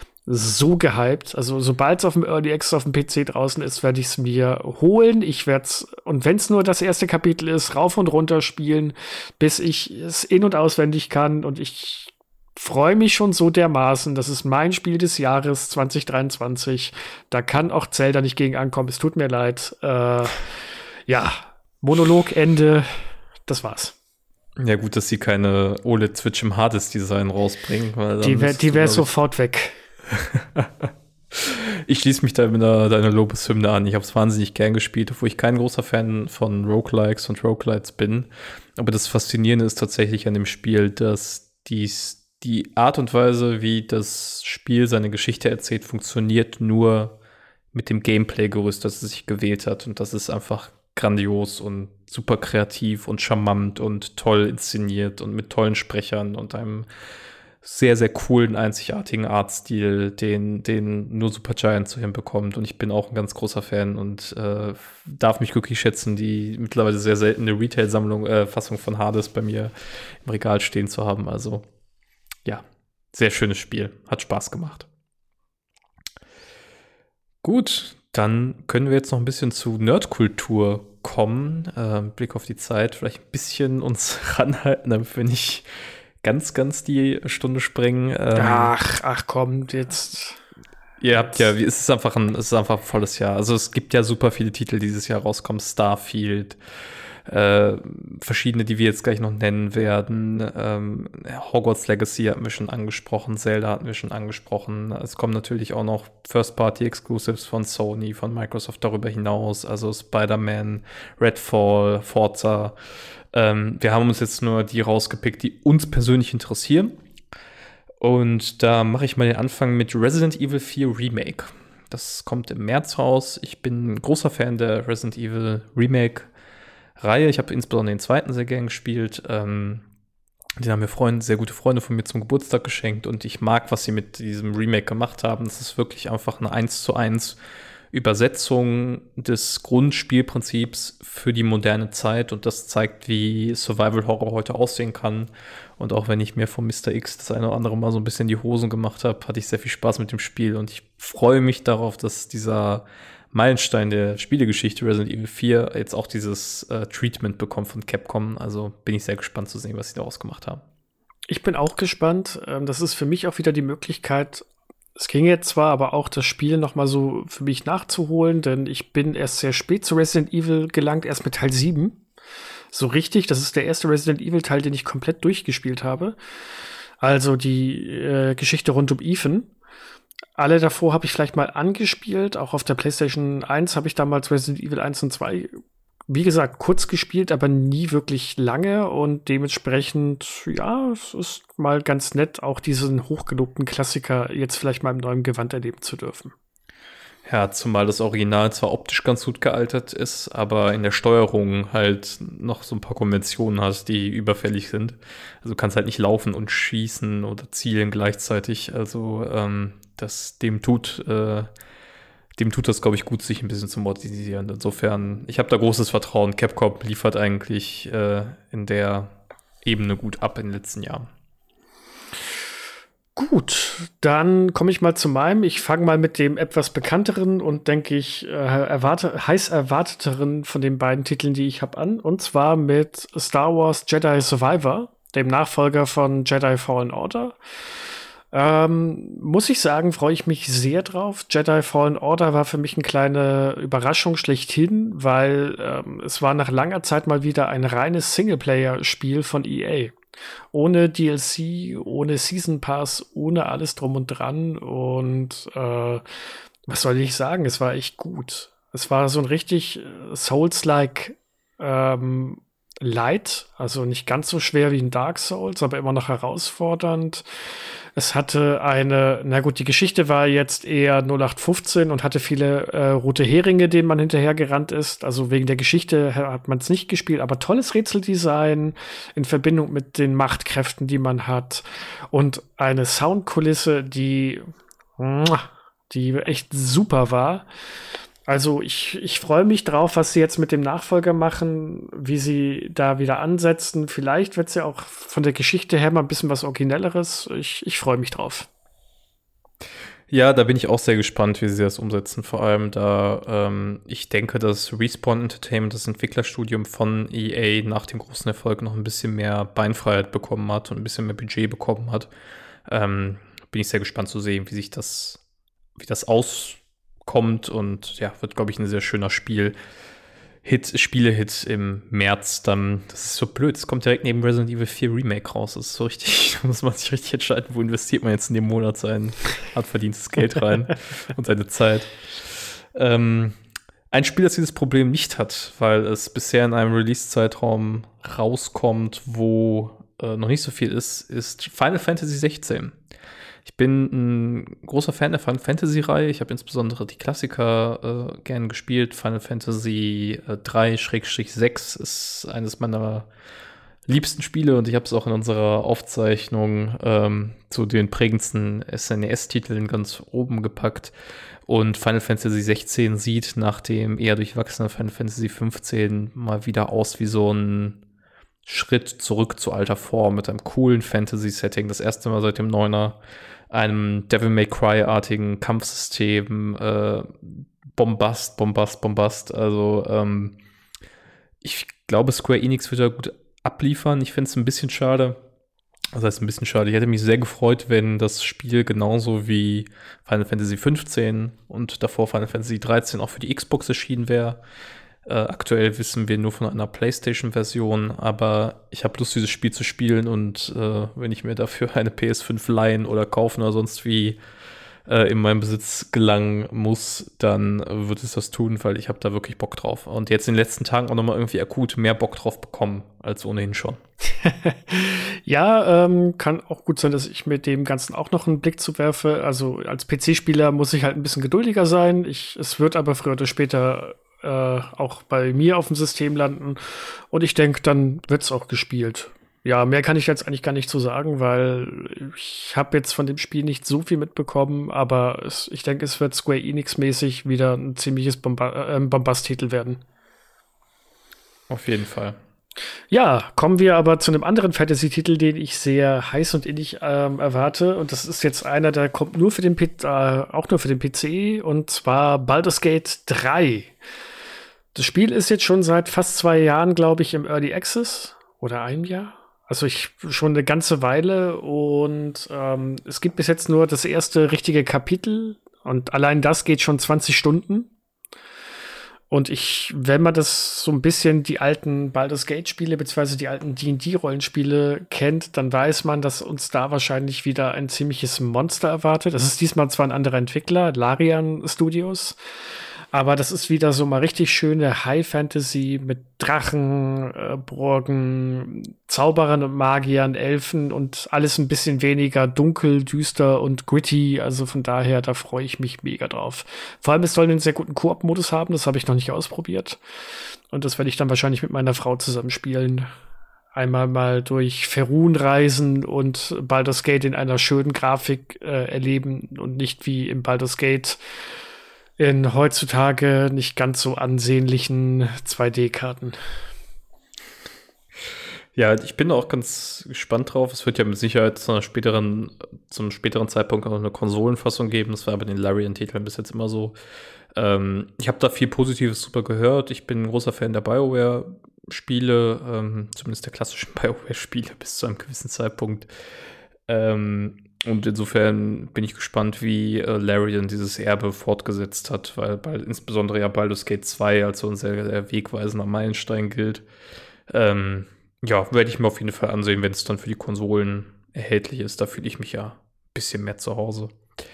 so gehypt. Also sobald es auf dem Early Access auf dem P C draußen ist, werde ich es mir holen. Ich werde es, und wenn es nur das erste Kapitel ist, rauf und runter spielen, bis ich es in- und auswendig kann. Und ich freue mich schon so dermaßen. Das ist mein Spiel des Jahres zwanzig dreiundzwanzig. Da kann auch Zelda nicht gegen ankommen. Es tut mir leid. Äh, ja, Monologende. Das war's. Ja, gut, dass sie keine O L E D-Switch im Hades-Design rausbringen. Weil dann Die wäre müsstest du, wär glaub ich- sofort weg. Ich schließe mich da mit einer, deiner Lobeshymne an. Ich habe es wahnsinnig gern gespielt, obwohl ich kein großer Fan von Roguelikes und Roguelites bin. Aber das Faszinierende ist tatsächlich an dem Spiel, dass dies, die Art und Weise, wie das Spiel seine Geschichte erzählt, funktioniert nur mit dem Gameplay-Gerüst, das es sich gewählt hat. Und das ist einfach grandios und super kreativ und charmant und toll inszeniert und mit tollen Sprechern und einem sehr, sehr coolen, einzigartigen Artstil, den, den nur Supergiant so hinbekommt. Und ich bin auch ein ganz großer Fan und äh, darf mich glücklich schätzen, die mittlerweile sehr seltene Retail-Sammlung, äh, Fassung von Hades bei mir im Regal stehen zu haben. Also, ja, sehr schönes Spiel. Hat Spaß gemacht. Gut, dann können wir jetzt noch ein bisschen zu Nerdkultur kommen. Äh, Blick auf die Zeit, vielleicht ein bisschen uns ranhalten, damit wir nicht ganz, ganz die Stunde sprengen. Ähm, Ach, ach komm, jetzt. Ihr habt ja, wie- es ist einfach ein, es ist einfach ein volles Jahr. Also es gibt ja super viele Titel, die dieses Jahr rauskommen. Starfield, äh, verschiedene, die wir jetzt gleich noch nennen werden. Ähm, Hogwarts Legacy hatten wir schon angesprochen, Zelda hatten wir schon angesprochen. Es kommen natürlich auch noch First-Party-Exclusives von Sony, von Microsoft darüber hinaus. Also Spider-Man, Redfall, Forza. Ähm, wir haben uns jetzt nur die rausgepickt, die uns persönlich interessieren. Und da mache ich mal den Anfang mit Resident Evil vier Remake. Das kommt im März raus. Ich bin ein großer Fan der Resident Evil Remake-Reihe. Ich habe insbesondere den zweiten sehr gern gespielt. Ähm, den haben mir Freunde, sehr gute Freunde von mir zum Geburtstag geschenkt. Und ich mag, was sie mit diesem Remake gemacht haben. Das ist wirklich einfach eine eins zu eins Übersetzung des Grundspielprinzips für die moderne Zeit. Und das zeigt, wie Survival Horror heute aussehen kann. Und auch wenn ich mir von Mister X das eine oder andere Mal so ein bisschen die Hosen gemacht habe, hatte ich sehr viel Spaß mit dem Spiel. Und ich freue mich darauf, dass dieser Meilenstein der Spielegeschichte Resident Evil vier jetzt auch dieses äh, Treatment bekommt von Capcom. Also bin ich sehr gespannt zu sehen, was sie daraus gemacht haben. Ich bin auch gespannt. Ähm, Das ist für mich auch wieder die Möglichkeit, es ging jetzt zwar, aber auch das Spiel noch mal so für mich nachzuholen, denn ich bin erst sehr spät zu Resident Evil gelangt, erst mit Teil sieben. So richtig, das ist der erste Resident Evil Teil, den ich komplett durchgespielt habe. Also die äh, Geschichte rund um Ethan. Alle davor habe ich vielleicht mal angespielt, auch auf der PlayStation eins habe ich damals Resident Evil eins und zwei, wie gesagt, kurz gespielt, aber nie wirklich lange und dementsprechend, ja, es ist mal ganz nett, auch diesen hochgelobten Klassiker jetzt vielleicht mal im neuen Gewand erleben zu dürfen. Ja, zumal das Original zwar optisch ganz gut gealtert ist, aber in der Steuerung halt noch so ein paar Konventionen hat, die überfällig sind. Also du kannst halt nicht laufen und schießen oder zielen gleichzeitig. Also ähm, das dem tut äh, dem tut das, glaube ich, gut, sich ein bisschen zu modernisieren. Insofern, ich habe da großes Vertrauen. Capcom liefert eigentlich äh, in der Ebene gut ab in den letzten Jahren. Gut, dann komme ich mal zu meinem. Ich fange mal mit dem etwas bekannteren und denke ich äh, erwarte, heiß erwarteteren von den beiden Titeln, die ich habe, an. Und zwar mit Star Wars Jedi Survivor, dem Nachfolger von Jedi Fallen Order. Ähm, muss ich sagen, freue ich mich sehr drauf. Jedi Fallen Order war für mich eine kleine Überraschung schlechthin, weil ähm, es war nach langer Zeit mal wieder ein reines Singleplayer-Spiel von E A. Ohne D L C, ohne Season Pass, ohne alles drum und dran. Und äh, was soll ich sagen? Es war echt gut. Es war so ein richtig äh, Souls-like ähm, Light, also nicht ganz so schwer wie in Dark Souls, aber immer noch herausfordernd. Es hatte eine, na gut, die Geschichte war jetzt eher null acht fünfzehn und hatte viele äh, rote Heringe, denen man hinterhergerannt ist. Also wegen der Geschichte hat man es nicht gespielt, aber tolles Rätseldesign in Verbindung mit den Machtkräften, die man hat. Und eine Soundkulisse, die, die echt super war. Also ich, ich freue mich drauf, was sie jetzt mit dem Nachfolger machen, wie sie da wieder ansetzen. Vielleicht wird es ja auch von der Geschichte her mal ein bisschen was Originelleres. Ich, ich freue mich drauf. Ja, da bin ich auch sehr gespannt, wie sie das umsetzen. Vor allem, da ähm, ich denke, dass Respawn Entertainment, das Entwicklerstudium von E A, nach dem großen Erfolg noch ein bisschen mehr Beinfreiheit bekommen hat und ein bisschen mehr Budget bekommen hat. Ähm, bin ich sehr gespannt zu sehen, wie sich das, wie das auskommt und ja, wird, glaube ich, ein sehr schöner Spiel. Hit, Spiele-Hit im März dann. Das ist so blöd. Es kommt direkt neben Resident Evil vier Remake raus. Das ist so richtig, da muss man sich richtig entscheiden, wo investiert man jetzt in dem Monat sein hart verdientes Geld rein und seine Zeit. Ähm, ein Spiel, das dieses Problem nicht hat, weil es bisher in einem Release-Zeitraum rauskommt, wo äh, noch nicht so viel ist, ist Final Fantasy sechzehn. Ich bin ein großer Fan der Final Fantasy-Reihe. Ich habe insbesondere die Klassiker äh, gern gespielt. Final Fantasy äh, drei sechs ist eines meiner liebsten Spiele und ich habe es auch in unserer Aufzeichnung ähm, zu den prägendsten S N E S-Titeln ganz oben gepackt. Und Final Fantasy sechzehn sieht nach dem eher durchwachsenen Final Fantasy fünfzehn mal wieder aus wie so ein Schritt zurück zu alter Form mit einem coolen Fantasy-Setting. Das erste Mal seit dem Neuner, einem Devil May Cry-artigen Kampfsystem, äh, Bombast, Bombast, Bombast. Also ähm, ich glaube, Square Enix wird da gut abliefern. Ich finde es ein bisschen schade. Das heißt, ein bisschen schade. Ich hätte mich sehr gefreut, wenn das Spiel genauso wie Final Fantasy fünfzehn und davor Final Fantasy dreizehn auch für die Xbox erschienen wäre. Äh, aktuell wissen wir nur von einer PlayStation-Version, aber ich habe Lust, dieses Spiel zu spielen und äh, wenn ich mir dafür eine P S fünf leihen oder kaufen oder sonst wie äh, in meinen Besitz gelangen muss, dann äh, wird es das tun, weil ich habe da wirklich Bock drauf. Und jetzt in den letzten Tagen auch nochmal irgendwie akut mehr Bock drauf bekommen, als ohnehin schon. Ja, ähm, kann auch gut sein, dass ich mit dem Ganzen auch noch einen Blick zuwerfe. Also als P C-Spieler muss ich halt ein bisschen geduldiger sein. Ich, es wird aber früher oder später äh, auch bei mir auf dem System landen. Und ich denke, dann wird's auch gespielt. Ja, mehr kann ich jetzt eigentlich gar nicht zu sagen, weil ich habe jetzt von dem Spiel nicht so viel mitbekommen, aber es, ich denke, es wird Square Enix-mäßig wieder ein ziemliches Bomba- äh, Bombast-Titel werden. Auf jeden Fall. Ja, kommen wir aber zu einem anderen Fantasy-Titel, den ich sehr heiß und innig ähm, erwarte. Und das ist jetzt einer, der kommt nur für den P- äh, auch nur für den P C, und zwar Baldur's Gate drei. Das Spiel ist jetzt schon seit fast zwei Jahren, glaube ich, im Early Access. Oder einem Jahr? Also ich schon eine ganze Weile. Und ähm, es gibt bis jetzt nur das erste richtige Kapitel. Und allein das geht schon zwanzig Stunden. Und ich, wenn man das so ein bisschen die alten Baldur's Gate-Spiele beziehungsweise die alten D und D-Rollenspiele kennt, dann weiß man, dass uns da wahrscheinlich wieder ein ziemliches Monster erwartet. Das ist diesmal zwar ein anderer Entwickler, Larian Studios, aber das ist wieder so mal richtig schöne High-Fantasy mit Drachen, äh, Burgen, Zauberern und Magiern, Elfen und alles ein bisschen weniger dunkel, düster und gritty. Also von daher, da freue ich mich mega drauf. Vor allem, es soll einen sehr guten Koop-Modus haben. Das habe ich noch nicht ausprobiert. Und das werde ich dann wahrscheinlich mit meiner Frau zusammen spielen. Einmal mal durch Faerun reisen und Baldur's Gate in einer schönen Grafik äh, erleben und nicht wie im Baldur's Gate in heutzutage nicht ganz so ansehnlichen zwei D-Karten. Ja, ich bin auch ganz gespannt drauf. Es wird ja mit Sicherheit zu einer späteren, zum späteren Zeitpunkt auch eine Konsolenfassung geben. Das war bei den Larian-Titeln bis jetzt immer so. Ähm, ich habe da viel Positives super gehört. Ich bin ein großer Fan der BioWare-Spiele, ähm, zumindest der klassischen BioWare-Spiele bis zu einem gewissen Zeitpunkt. Ähm, Und insofern bin ich gespannt, wie äh, Larian dieses Erbe fortgesetzt hat, weil, weil insbesondere ja Baldur's Gate zwei als so ein sehr, sehr wegweisender Meilenstein gilt. Ähm, ja, werde ich mir auf jeden Fall ansehen, wenn es dann für die Konsolen erhältlich ist. Da fühle ich mich ja ein bisschen mehr zu Hause.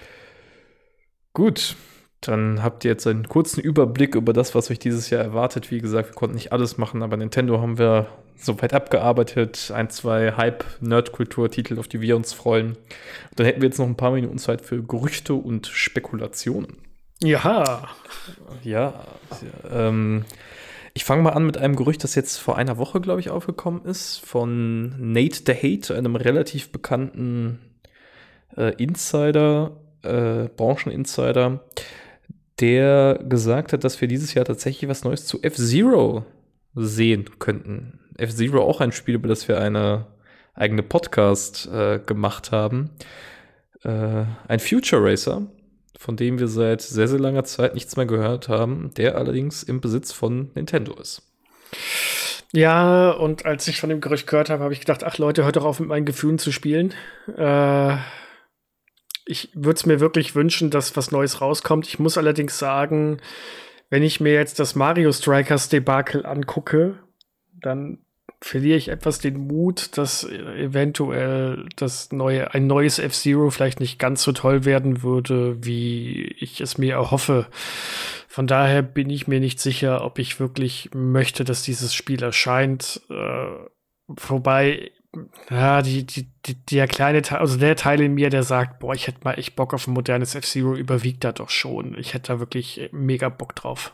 Gut, dann habt ihr jetzt einen kurzen Überblick über das, was euch dieses Jahr erwartet. Wie gesagt, wir konnten nicht alles machen, aber Nintendo haben wir soweit abgearbeitet. Ein, zwei Hype-Nerd-Kultur-Titel, auf die wir uns freuen. Und dann hätten wir jetzt noch ein paar Minuten Zeit für Gerüchte und Spekulationen. Ja. Ja, ähm, ich fange mal an mit einem Gerücht, das jetzt vor einer Woche, glaube ich, aufgekommen ist, von Nate the Hate, einem relativ bekannten äh, Insider, äh, Brancheninsider, der gesagt hat, dass wir dieses Jahr tatsächlich was Neues zu F-Zero sehen könnten. F-Zero auch ein Spiel, über das wir eine eigene Podcast äh, gemacht haben. Äh, ein Future Racer, von dem wir seit sehr, sehr langer Zeit nichts mehr gehört haben, der allerdings im Besitz von Nintendo ist. Ja, und als ich von dem Gerücht gehört habe, habe ich gedacht, ach Leute, hört doch auf mit meinen Gefühlen zu spielen. Äh, ich würde es mir wirklich wünschen, dass was Neues rauskommt. Ich muss allerdings sagen, wenn ich mir jetzt das Mario Strikers Debakel angucke, dann verliere ich etwas den Mut, dass eventuell das neue, ein neues F-Zero vielleicht nicht ganz so toll werden würde, wie ich es mir erhoffe. Von daher bin ich mir nicht sicher, ob ich wirklich möchte, dass dieses Spiel erscheint. Äh, wobei, ja, die, die, die, der kleine Teil, also der Teil in mir, der sagt, boah, ich hätte mal echt Bock auf ein modernes F-Zero, überwiegt da doch schon. Ich hätte da wirklich mega Bock drauf.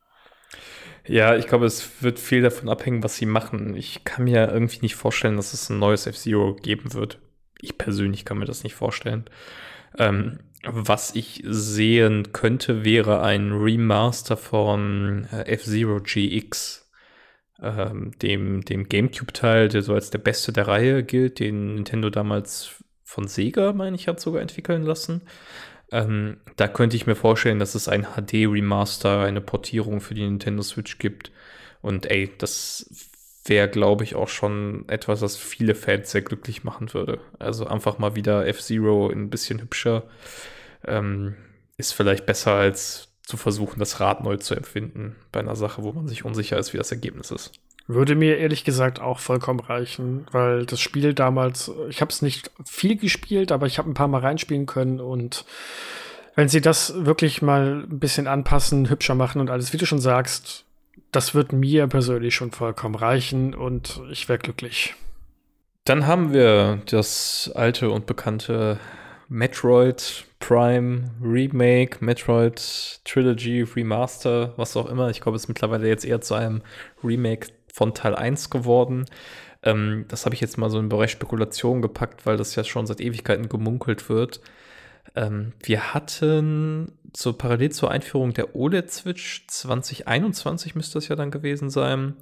Ja, ich glaube, es wird viel davon abhängen, was sie machen. Ich kann mir irgendwie nicht vorstellen, dass es ein neues F-Zero geben wird. Ich persönlich kann mir das nicht vorstellen. Ähm, was ich sehen könnte, wäre ein Remaster von äh, F-Zero G X, ähm, dem, dem GameCube-Teil, der so als der beste der Reihe gilt, den Nintendo damals von Sega, meine ich, hat sogar entwickeln lassen. Ähm, da könnte ich mir vorstellen, dass es ein H D-Remaster, eine Portierung für die Nintendo Switch gibt. Und ey, das wäre, glaube ich, auch schon etwas, was viele Fans sehr glücklich machen würde. Also einfach mal wieder F-Zero ein bisschen hübscher. Ähm, ist vielleicht besser, als zu versuchen, das Rad neu zu empfinden bei einer Sache, wo man sich unsicher ist, wie das Ergebnis ist. Würde mir ehrlich gesagt auch vollkommen reichen, weil das Spiel damals, ich habe es nicht viel gespielt, aber ich habe ein paar Mal reinspielen können und wenn sie das wirklich mal ein bisschen anpassen, hübscher machen und alles, wie du schon sagst, das wird mir persönlich schon vollkommen reichen und ich wäre glücklich. Dann haben wir das alte und bekannte Metroid Prime Remake, Metroid Trilogy Remaster, was auch immer. Ich glaube, es ist mittlerweile jetzt eher zu einem Remake von Teil eins geworden. Ähm, das habe ich jetzt mal so im Bereich Spekulation gepackt, weil das ja schon seit Ewigkeiten gemunkelt wird. Ähm, wir hatten so parallel zur Einführung der O L E D-Switch zwanzig einundzwanzig müsste das ja dann gewesen sein,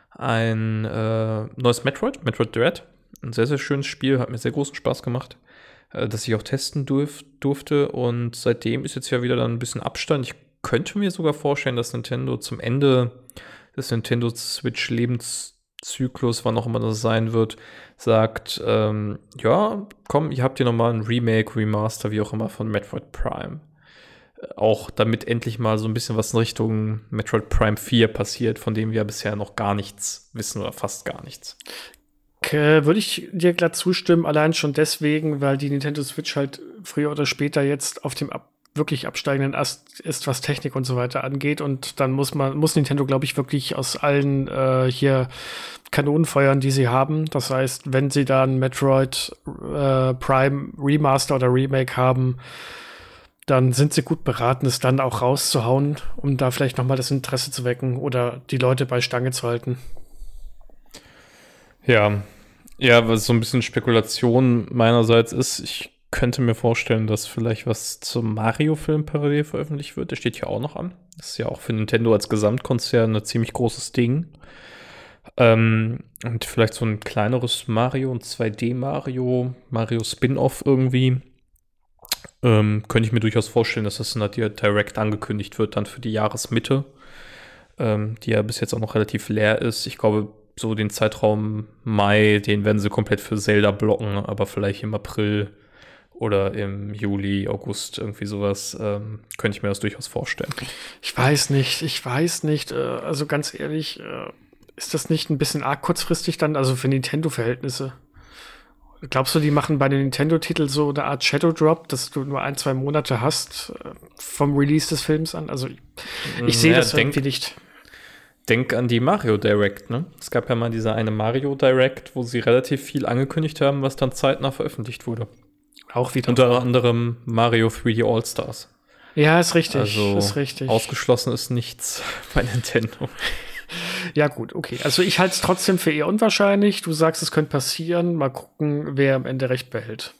ein äh, neues Metroid, Metroid Dread. Ein sehr, sehr schönes Spiel, hat mir sehr großen Spaß gemacht, äh, dass ich auch testen durf, durfte. Und seitdem ist jetzt ja wieder dann ein bisschen Abstand. Ich könnte mir sogar vorstellen, dass Nintendo zum Ende des Nintendo Switch Lebenszyklus, wann auch immer das sein wird, sagt, ähm, ja, komm, ihr habt hier nochmal ein Remake, Remaster, wie auch immer, von Metroid Prime. Auch damit endlich mal so ein bisschen was in Richtung Metroid Prime vier passiert, von dem wir bisher noch gar nichts wissen oder fast gar nichts. Äh, würde ich dir glatt zustimmen, allein schon deswegen, weil die Nintendo Switch halt früher oder später jetzt auf dem ab wirklich absteigenden Ast ist, was Technik und so weiter angeht. Und dann muss man, muss Nintendo, glaube ich, wirklich aus allen äh, hier Kanonen feuern, die sie haben. Das heißt, wenn sie da ein Metroid äh, Prime Remaster oder Remake haben, dann sind sie gut beraten, es dann auch rauszuhauen, um da vielleicht noch mal das Interesse zu wecken oder die Leute bei Stange zu halten. Ja, ja, was so ein bisschen Spekulation meinerseits ist, ich könnte mir vorstellen, dass vielleicht was zum Mario-Film parallel veröffentlicht wird. Der steht ja auch noch an. Das ist ja auch für Nintendo als Gesamtkonzern ein ziemlich großes Ding. Ähm, und vielleicht so ein kleineres Mario, ein zwei D-Mario, Mario-Spin-Off irgendwie. Ähm, könnte ich mir durchaus vorstellen, dass das in der Direct angekündigt wird, dann für die Jahresmitte, ähm, die ja bis jetzt auch noch relativ leer ist. Ich glaube, so den Zeitraum Mai, den werden sie komplett für Zelda blocken, aber vielleicht im April oder im Juli, August, irgendwie sowas, ähm, könnte ich mir das durchaus vorstellen. Ich weiß nicht, ich weiß nicht. Äh, also ganz ehrlich, äh, ist das nicht ein bisschen arg kurzfristig dann, also für Nintendo-Verhältnisse? Glaubst du, die machen bei den Nintendo-Titeln so eine Art Shadow Drop, dass du nur ein, zwei Monate hast äh, vom Release des Films an? Also ich, ich sehe Ja, das denk, irgendwie nicht. Denk an die Mario Direct, ne? Es gab ja mal diese eine Mario Direct, wo sie relativ viel angekündigt haben, was dann zeitnah veröffentlicht wurde. Auch wieder. Unter anderem Mario drei D All-Stars. Ja, ist richtig, Also ist richtig. ausgeschlossen ist nichts bei Nintendo. Ja, gut, okay. Also ich halte es trotzdem für eher unwahrscheinlich. Du sagst, es könnte passieren. Mal gucken, wer am Ende recht behält.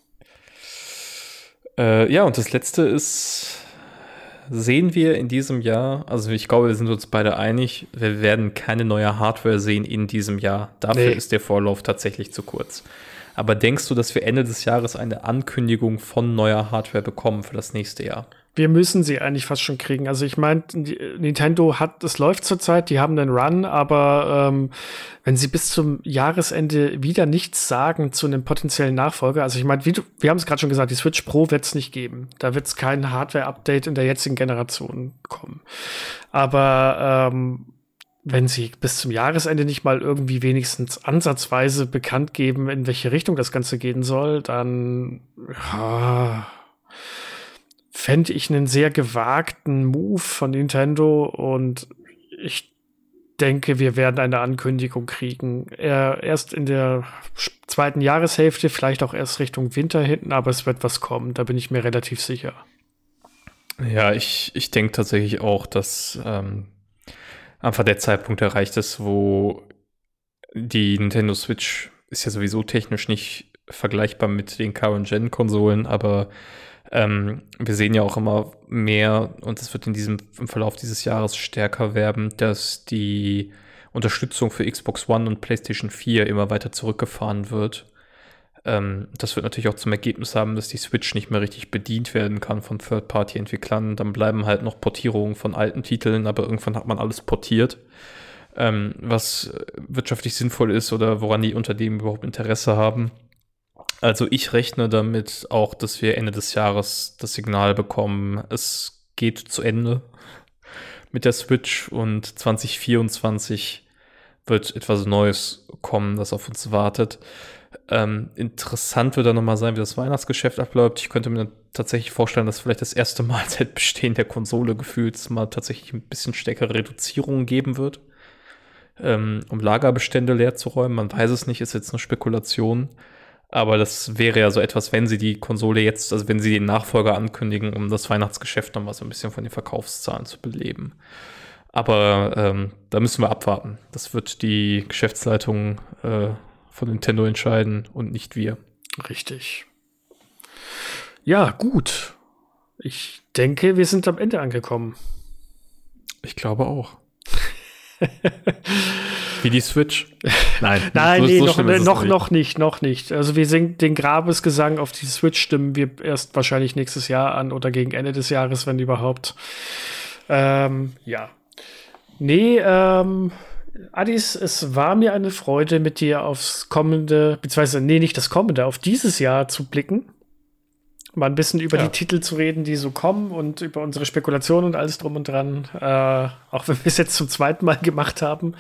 Äh, ja, und das letzte ist, sehen wir in diesem Jahr, also ich glaube, wir sind uns beide einig, wir werden keine neue Hardware sehen in diesem Jahr. Dafür Nee. ist der Vorlauf tatsächlich zu kurz. Aber denkst du, dass wir Ende des Jahres eine Ankündigung von neuer Hardware bekommen für das nächste Jahr? Wir müssen sie eigentlich fast schon kriegen. Also ich meine, Nintendo hat, es läuft zurzeit, die haben einen Run, aber ähm, wenn sie bis zum Jahresende wieder nichts sagen zu einem potenziellen Nachfolger, also ich meine, wie du, wir haben es gerade schon gesagt, die Switch Pro wird es nicht geben. Da wird es kein Hardware-Update in der jetzigen Generation kommen. Aber ähm, wenn sie bis zum Jahresende nicht mal irgendwie wenigstens ansatzweise bekannt geben, in welche Richtung das Ganze gehen soll, dann ja, fände ich einen sehr gewagten Move von Nintendo und ich denke, wir werden eine Ankündigung kriegen. Er, erst in der zweiten Jahreshälfte, vielleicht auch erst Richtung Winter hinten, aber es wird was kommen, da bin ich mir relativ sicher. Ja, ich, ich denke tatsächlich auch, dass ähm, einfach der Zeitpunkt erreicht ist, wo die Nintendo Switch ist ja sowieso technisch nicht vergleichbar mit den Current-Gen-Konsolen, aber Ähm, wir sehen ja auch immer mehr, und das wird in diesem, im Verlauf dieses Jahres stärker werden, dass die Unterstützung für Xbox One und PlayStation vier immer weiter zurückgefahren wird. Ähm, das wird natürlich auch zum Ergebnis haben, dass die Switch nicht mehr richtig bedient werden kann von Third-Party-Entwicklern. Dann bleiben halt noch Portierungen von alten Titeln, aber irgendwann hat man alles portiert. Ähm, was wirtschaftlich sinnvoll ist oder woran die Unternehmen überhaupt Interesse haben. Also ich rechne damit auch, dass wir Ende des Jahres das Signal bekommen, es geht zu Ende mit der Switch und zwanzig vierundzwanzig wird etwas Neues kommen, das auf uns wartet. Ähm, interessant wird dann nochmal sein, wie das Weihnachtsgeschäft abläuft. Ich könnte mir tatsächlich vorstellen, dass vielleicht das erste Mal seit Bestehen der Konsole gefühlt mal tatsächlich ein bisschen stärkere Reduzierungen geben wird, ähm, um Lagerbestände leer zu räumen. Man weiß es nicht, ist jetzt eine Spekulation. Aber das wäre ja so etwas, wenn sie die Konsole jetzt, also wenn sie den Nachfolger ankündigen, um das Weihnachtsgeschäft nochmal so ein bisschen von den Verkaufszahlen zu beleben. Aber ähm, da müssen wir abwarten. Das wird die Geschäftsleitung äh, von Nintendo entscheiden und nicht wir. Richtig. Ja, gut. Ich denke, wir sind am Ende angekommen. Ich glaube auch. Wie die Switch? Nein, Nein, so, nee, so noch, noch, nicht. noch nicht, noch nicht. Also wir singen den Grabesgesang auf die Switch, stimmen wir erst wahrscheinlich nächstes Jahr an oder gegen Ende des Jahres, wenn überhaupt. Ähm, ja. Nee, ähm, Adis, es war mir eine Freude, mit dir aufs kommende, beziehungsweise, nee, nicht das kommende, auf dieses Jahr zu blicken. Mal ein bisschen über ja. die Titel zu reden, die so kommen und über unsere Spekulationen und alles drum und dran. Äh, auch wenn wir es jetzt zum zweiten Mal gemacht haben.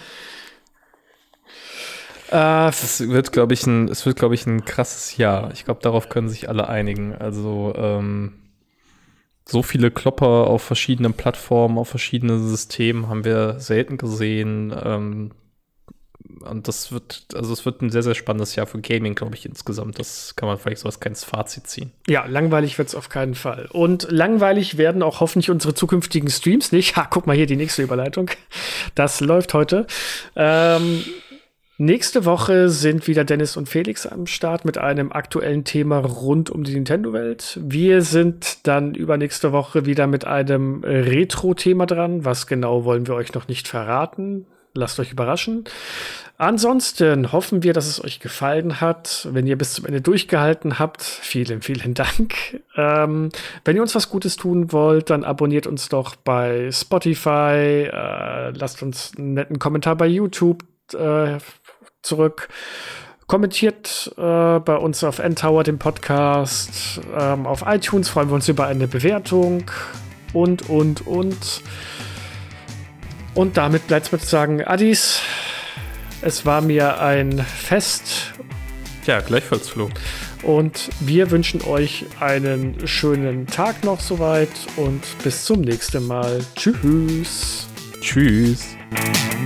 Äh, es wird, glaube ich, ein, es wird, glaube ich, ein krasses Jahr. Ich glaube, darauf können sich alle einigen. Also ähm, so viele Klopper auf verschiedenen Plattformen, auf verschiedenen Systemen haben wir selten gesehen. Ähm, und das wird, also es wird ein sehr, sehr spannendes Jahr für Gaming, glaube ich, insgesamt. Das kann man vielleicht so als kleines Fazit ziehen. Ja, langweilig wird es auf keinen Fall. Und langweilig werden auch hoffentlich unsere zukünftigen Streams nicht. Ha, guck mal hier, die nächste Überleitung. Das läuft heute. Ähm, nächste Woche sind wieder Dennis und Felix am Start mit einem aktuellen Thema rund um die Nintendo-Welt. Wir sind dann übernächste Woche wieder mit einem Retro-Thema dran. Was genau wollen wir euch noch nicht verraten. Lasst euch überraschen. Ansonsten hoffen wir, dass es euch gefallen hat. Wenn ihr bis zum Ende durchgehalten habt, vielen, vielen Dank. Ähm, wenn ihr uns was Gutes tun wollt, dann abonniert uns doch bei Spotify. Äh, lasst uns einen netten Kommentar bei YouTube äh, zurück. Kommentiert äh, bei uns auf N-Tower, dem Podcast. Ähm, auf iTunes freuen wir uns über eine Bewertung. Und, und, und. Und damit bleibt es mir zu sagen, Adis, es war mir ein Fest. Ja, gleichfalls, Flo. Und wir wünschen euch einen schönen Tag noch soweit und bis zum nächsten Mal. Tschüss. Tschüss.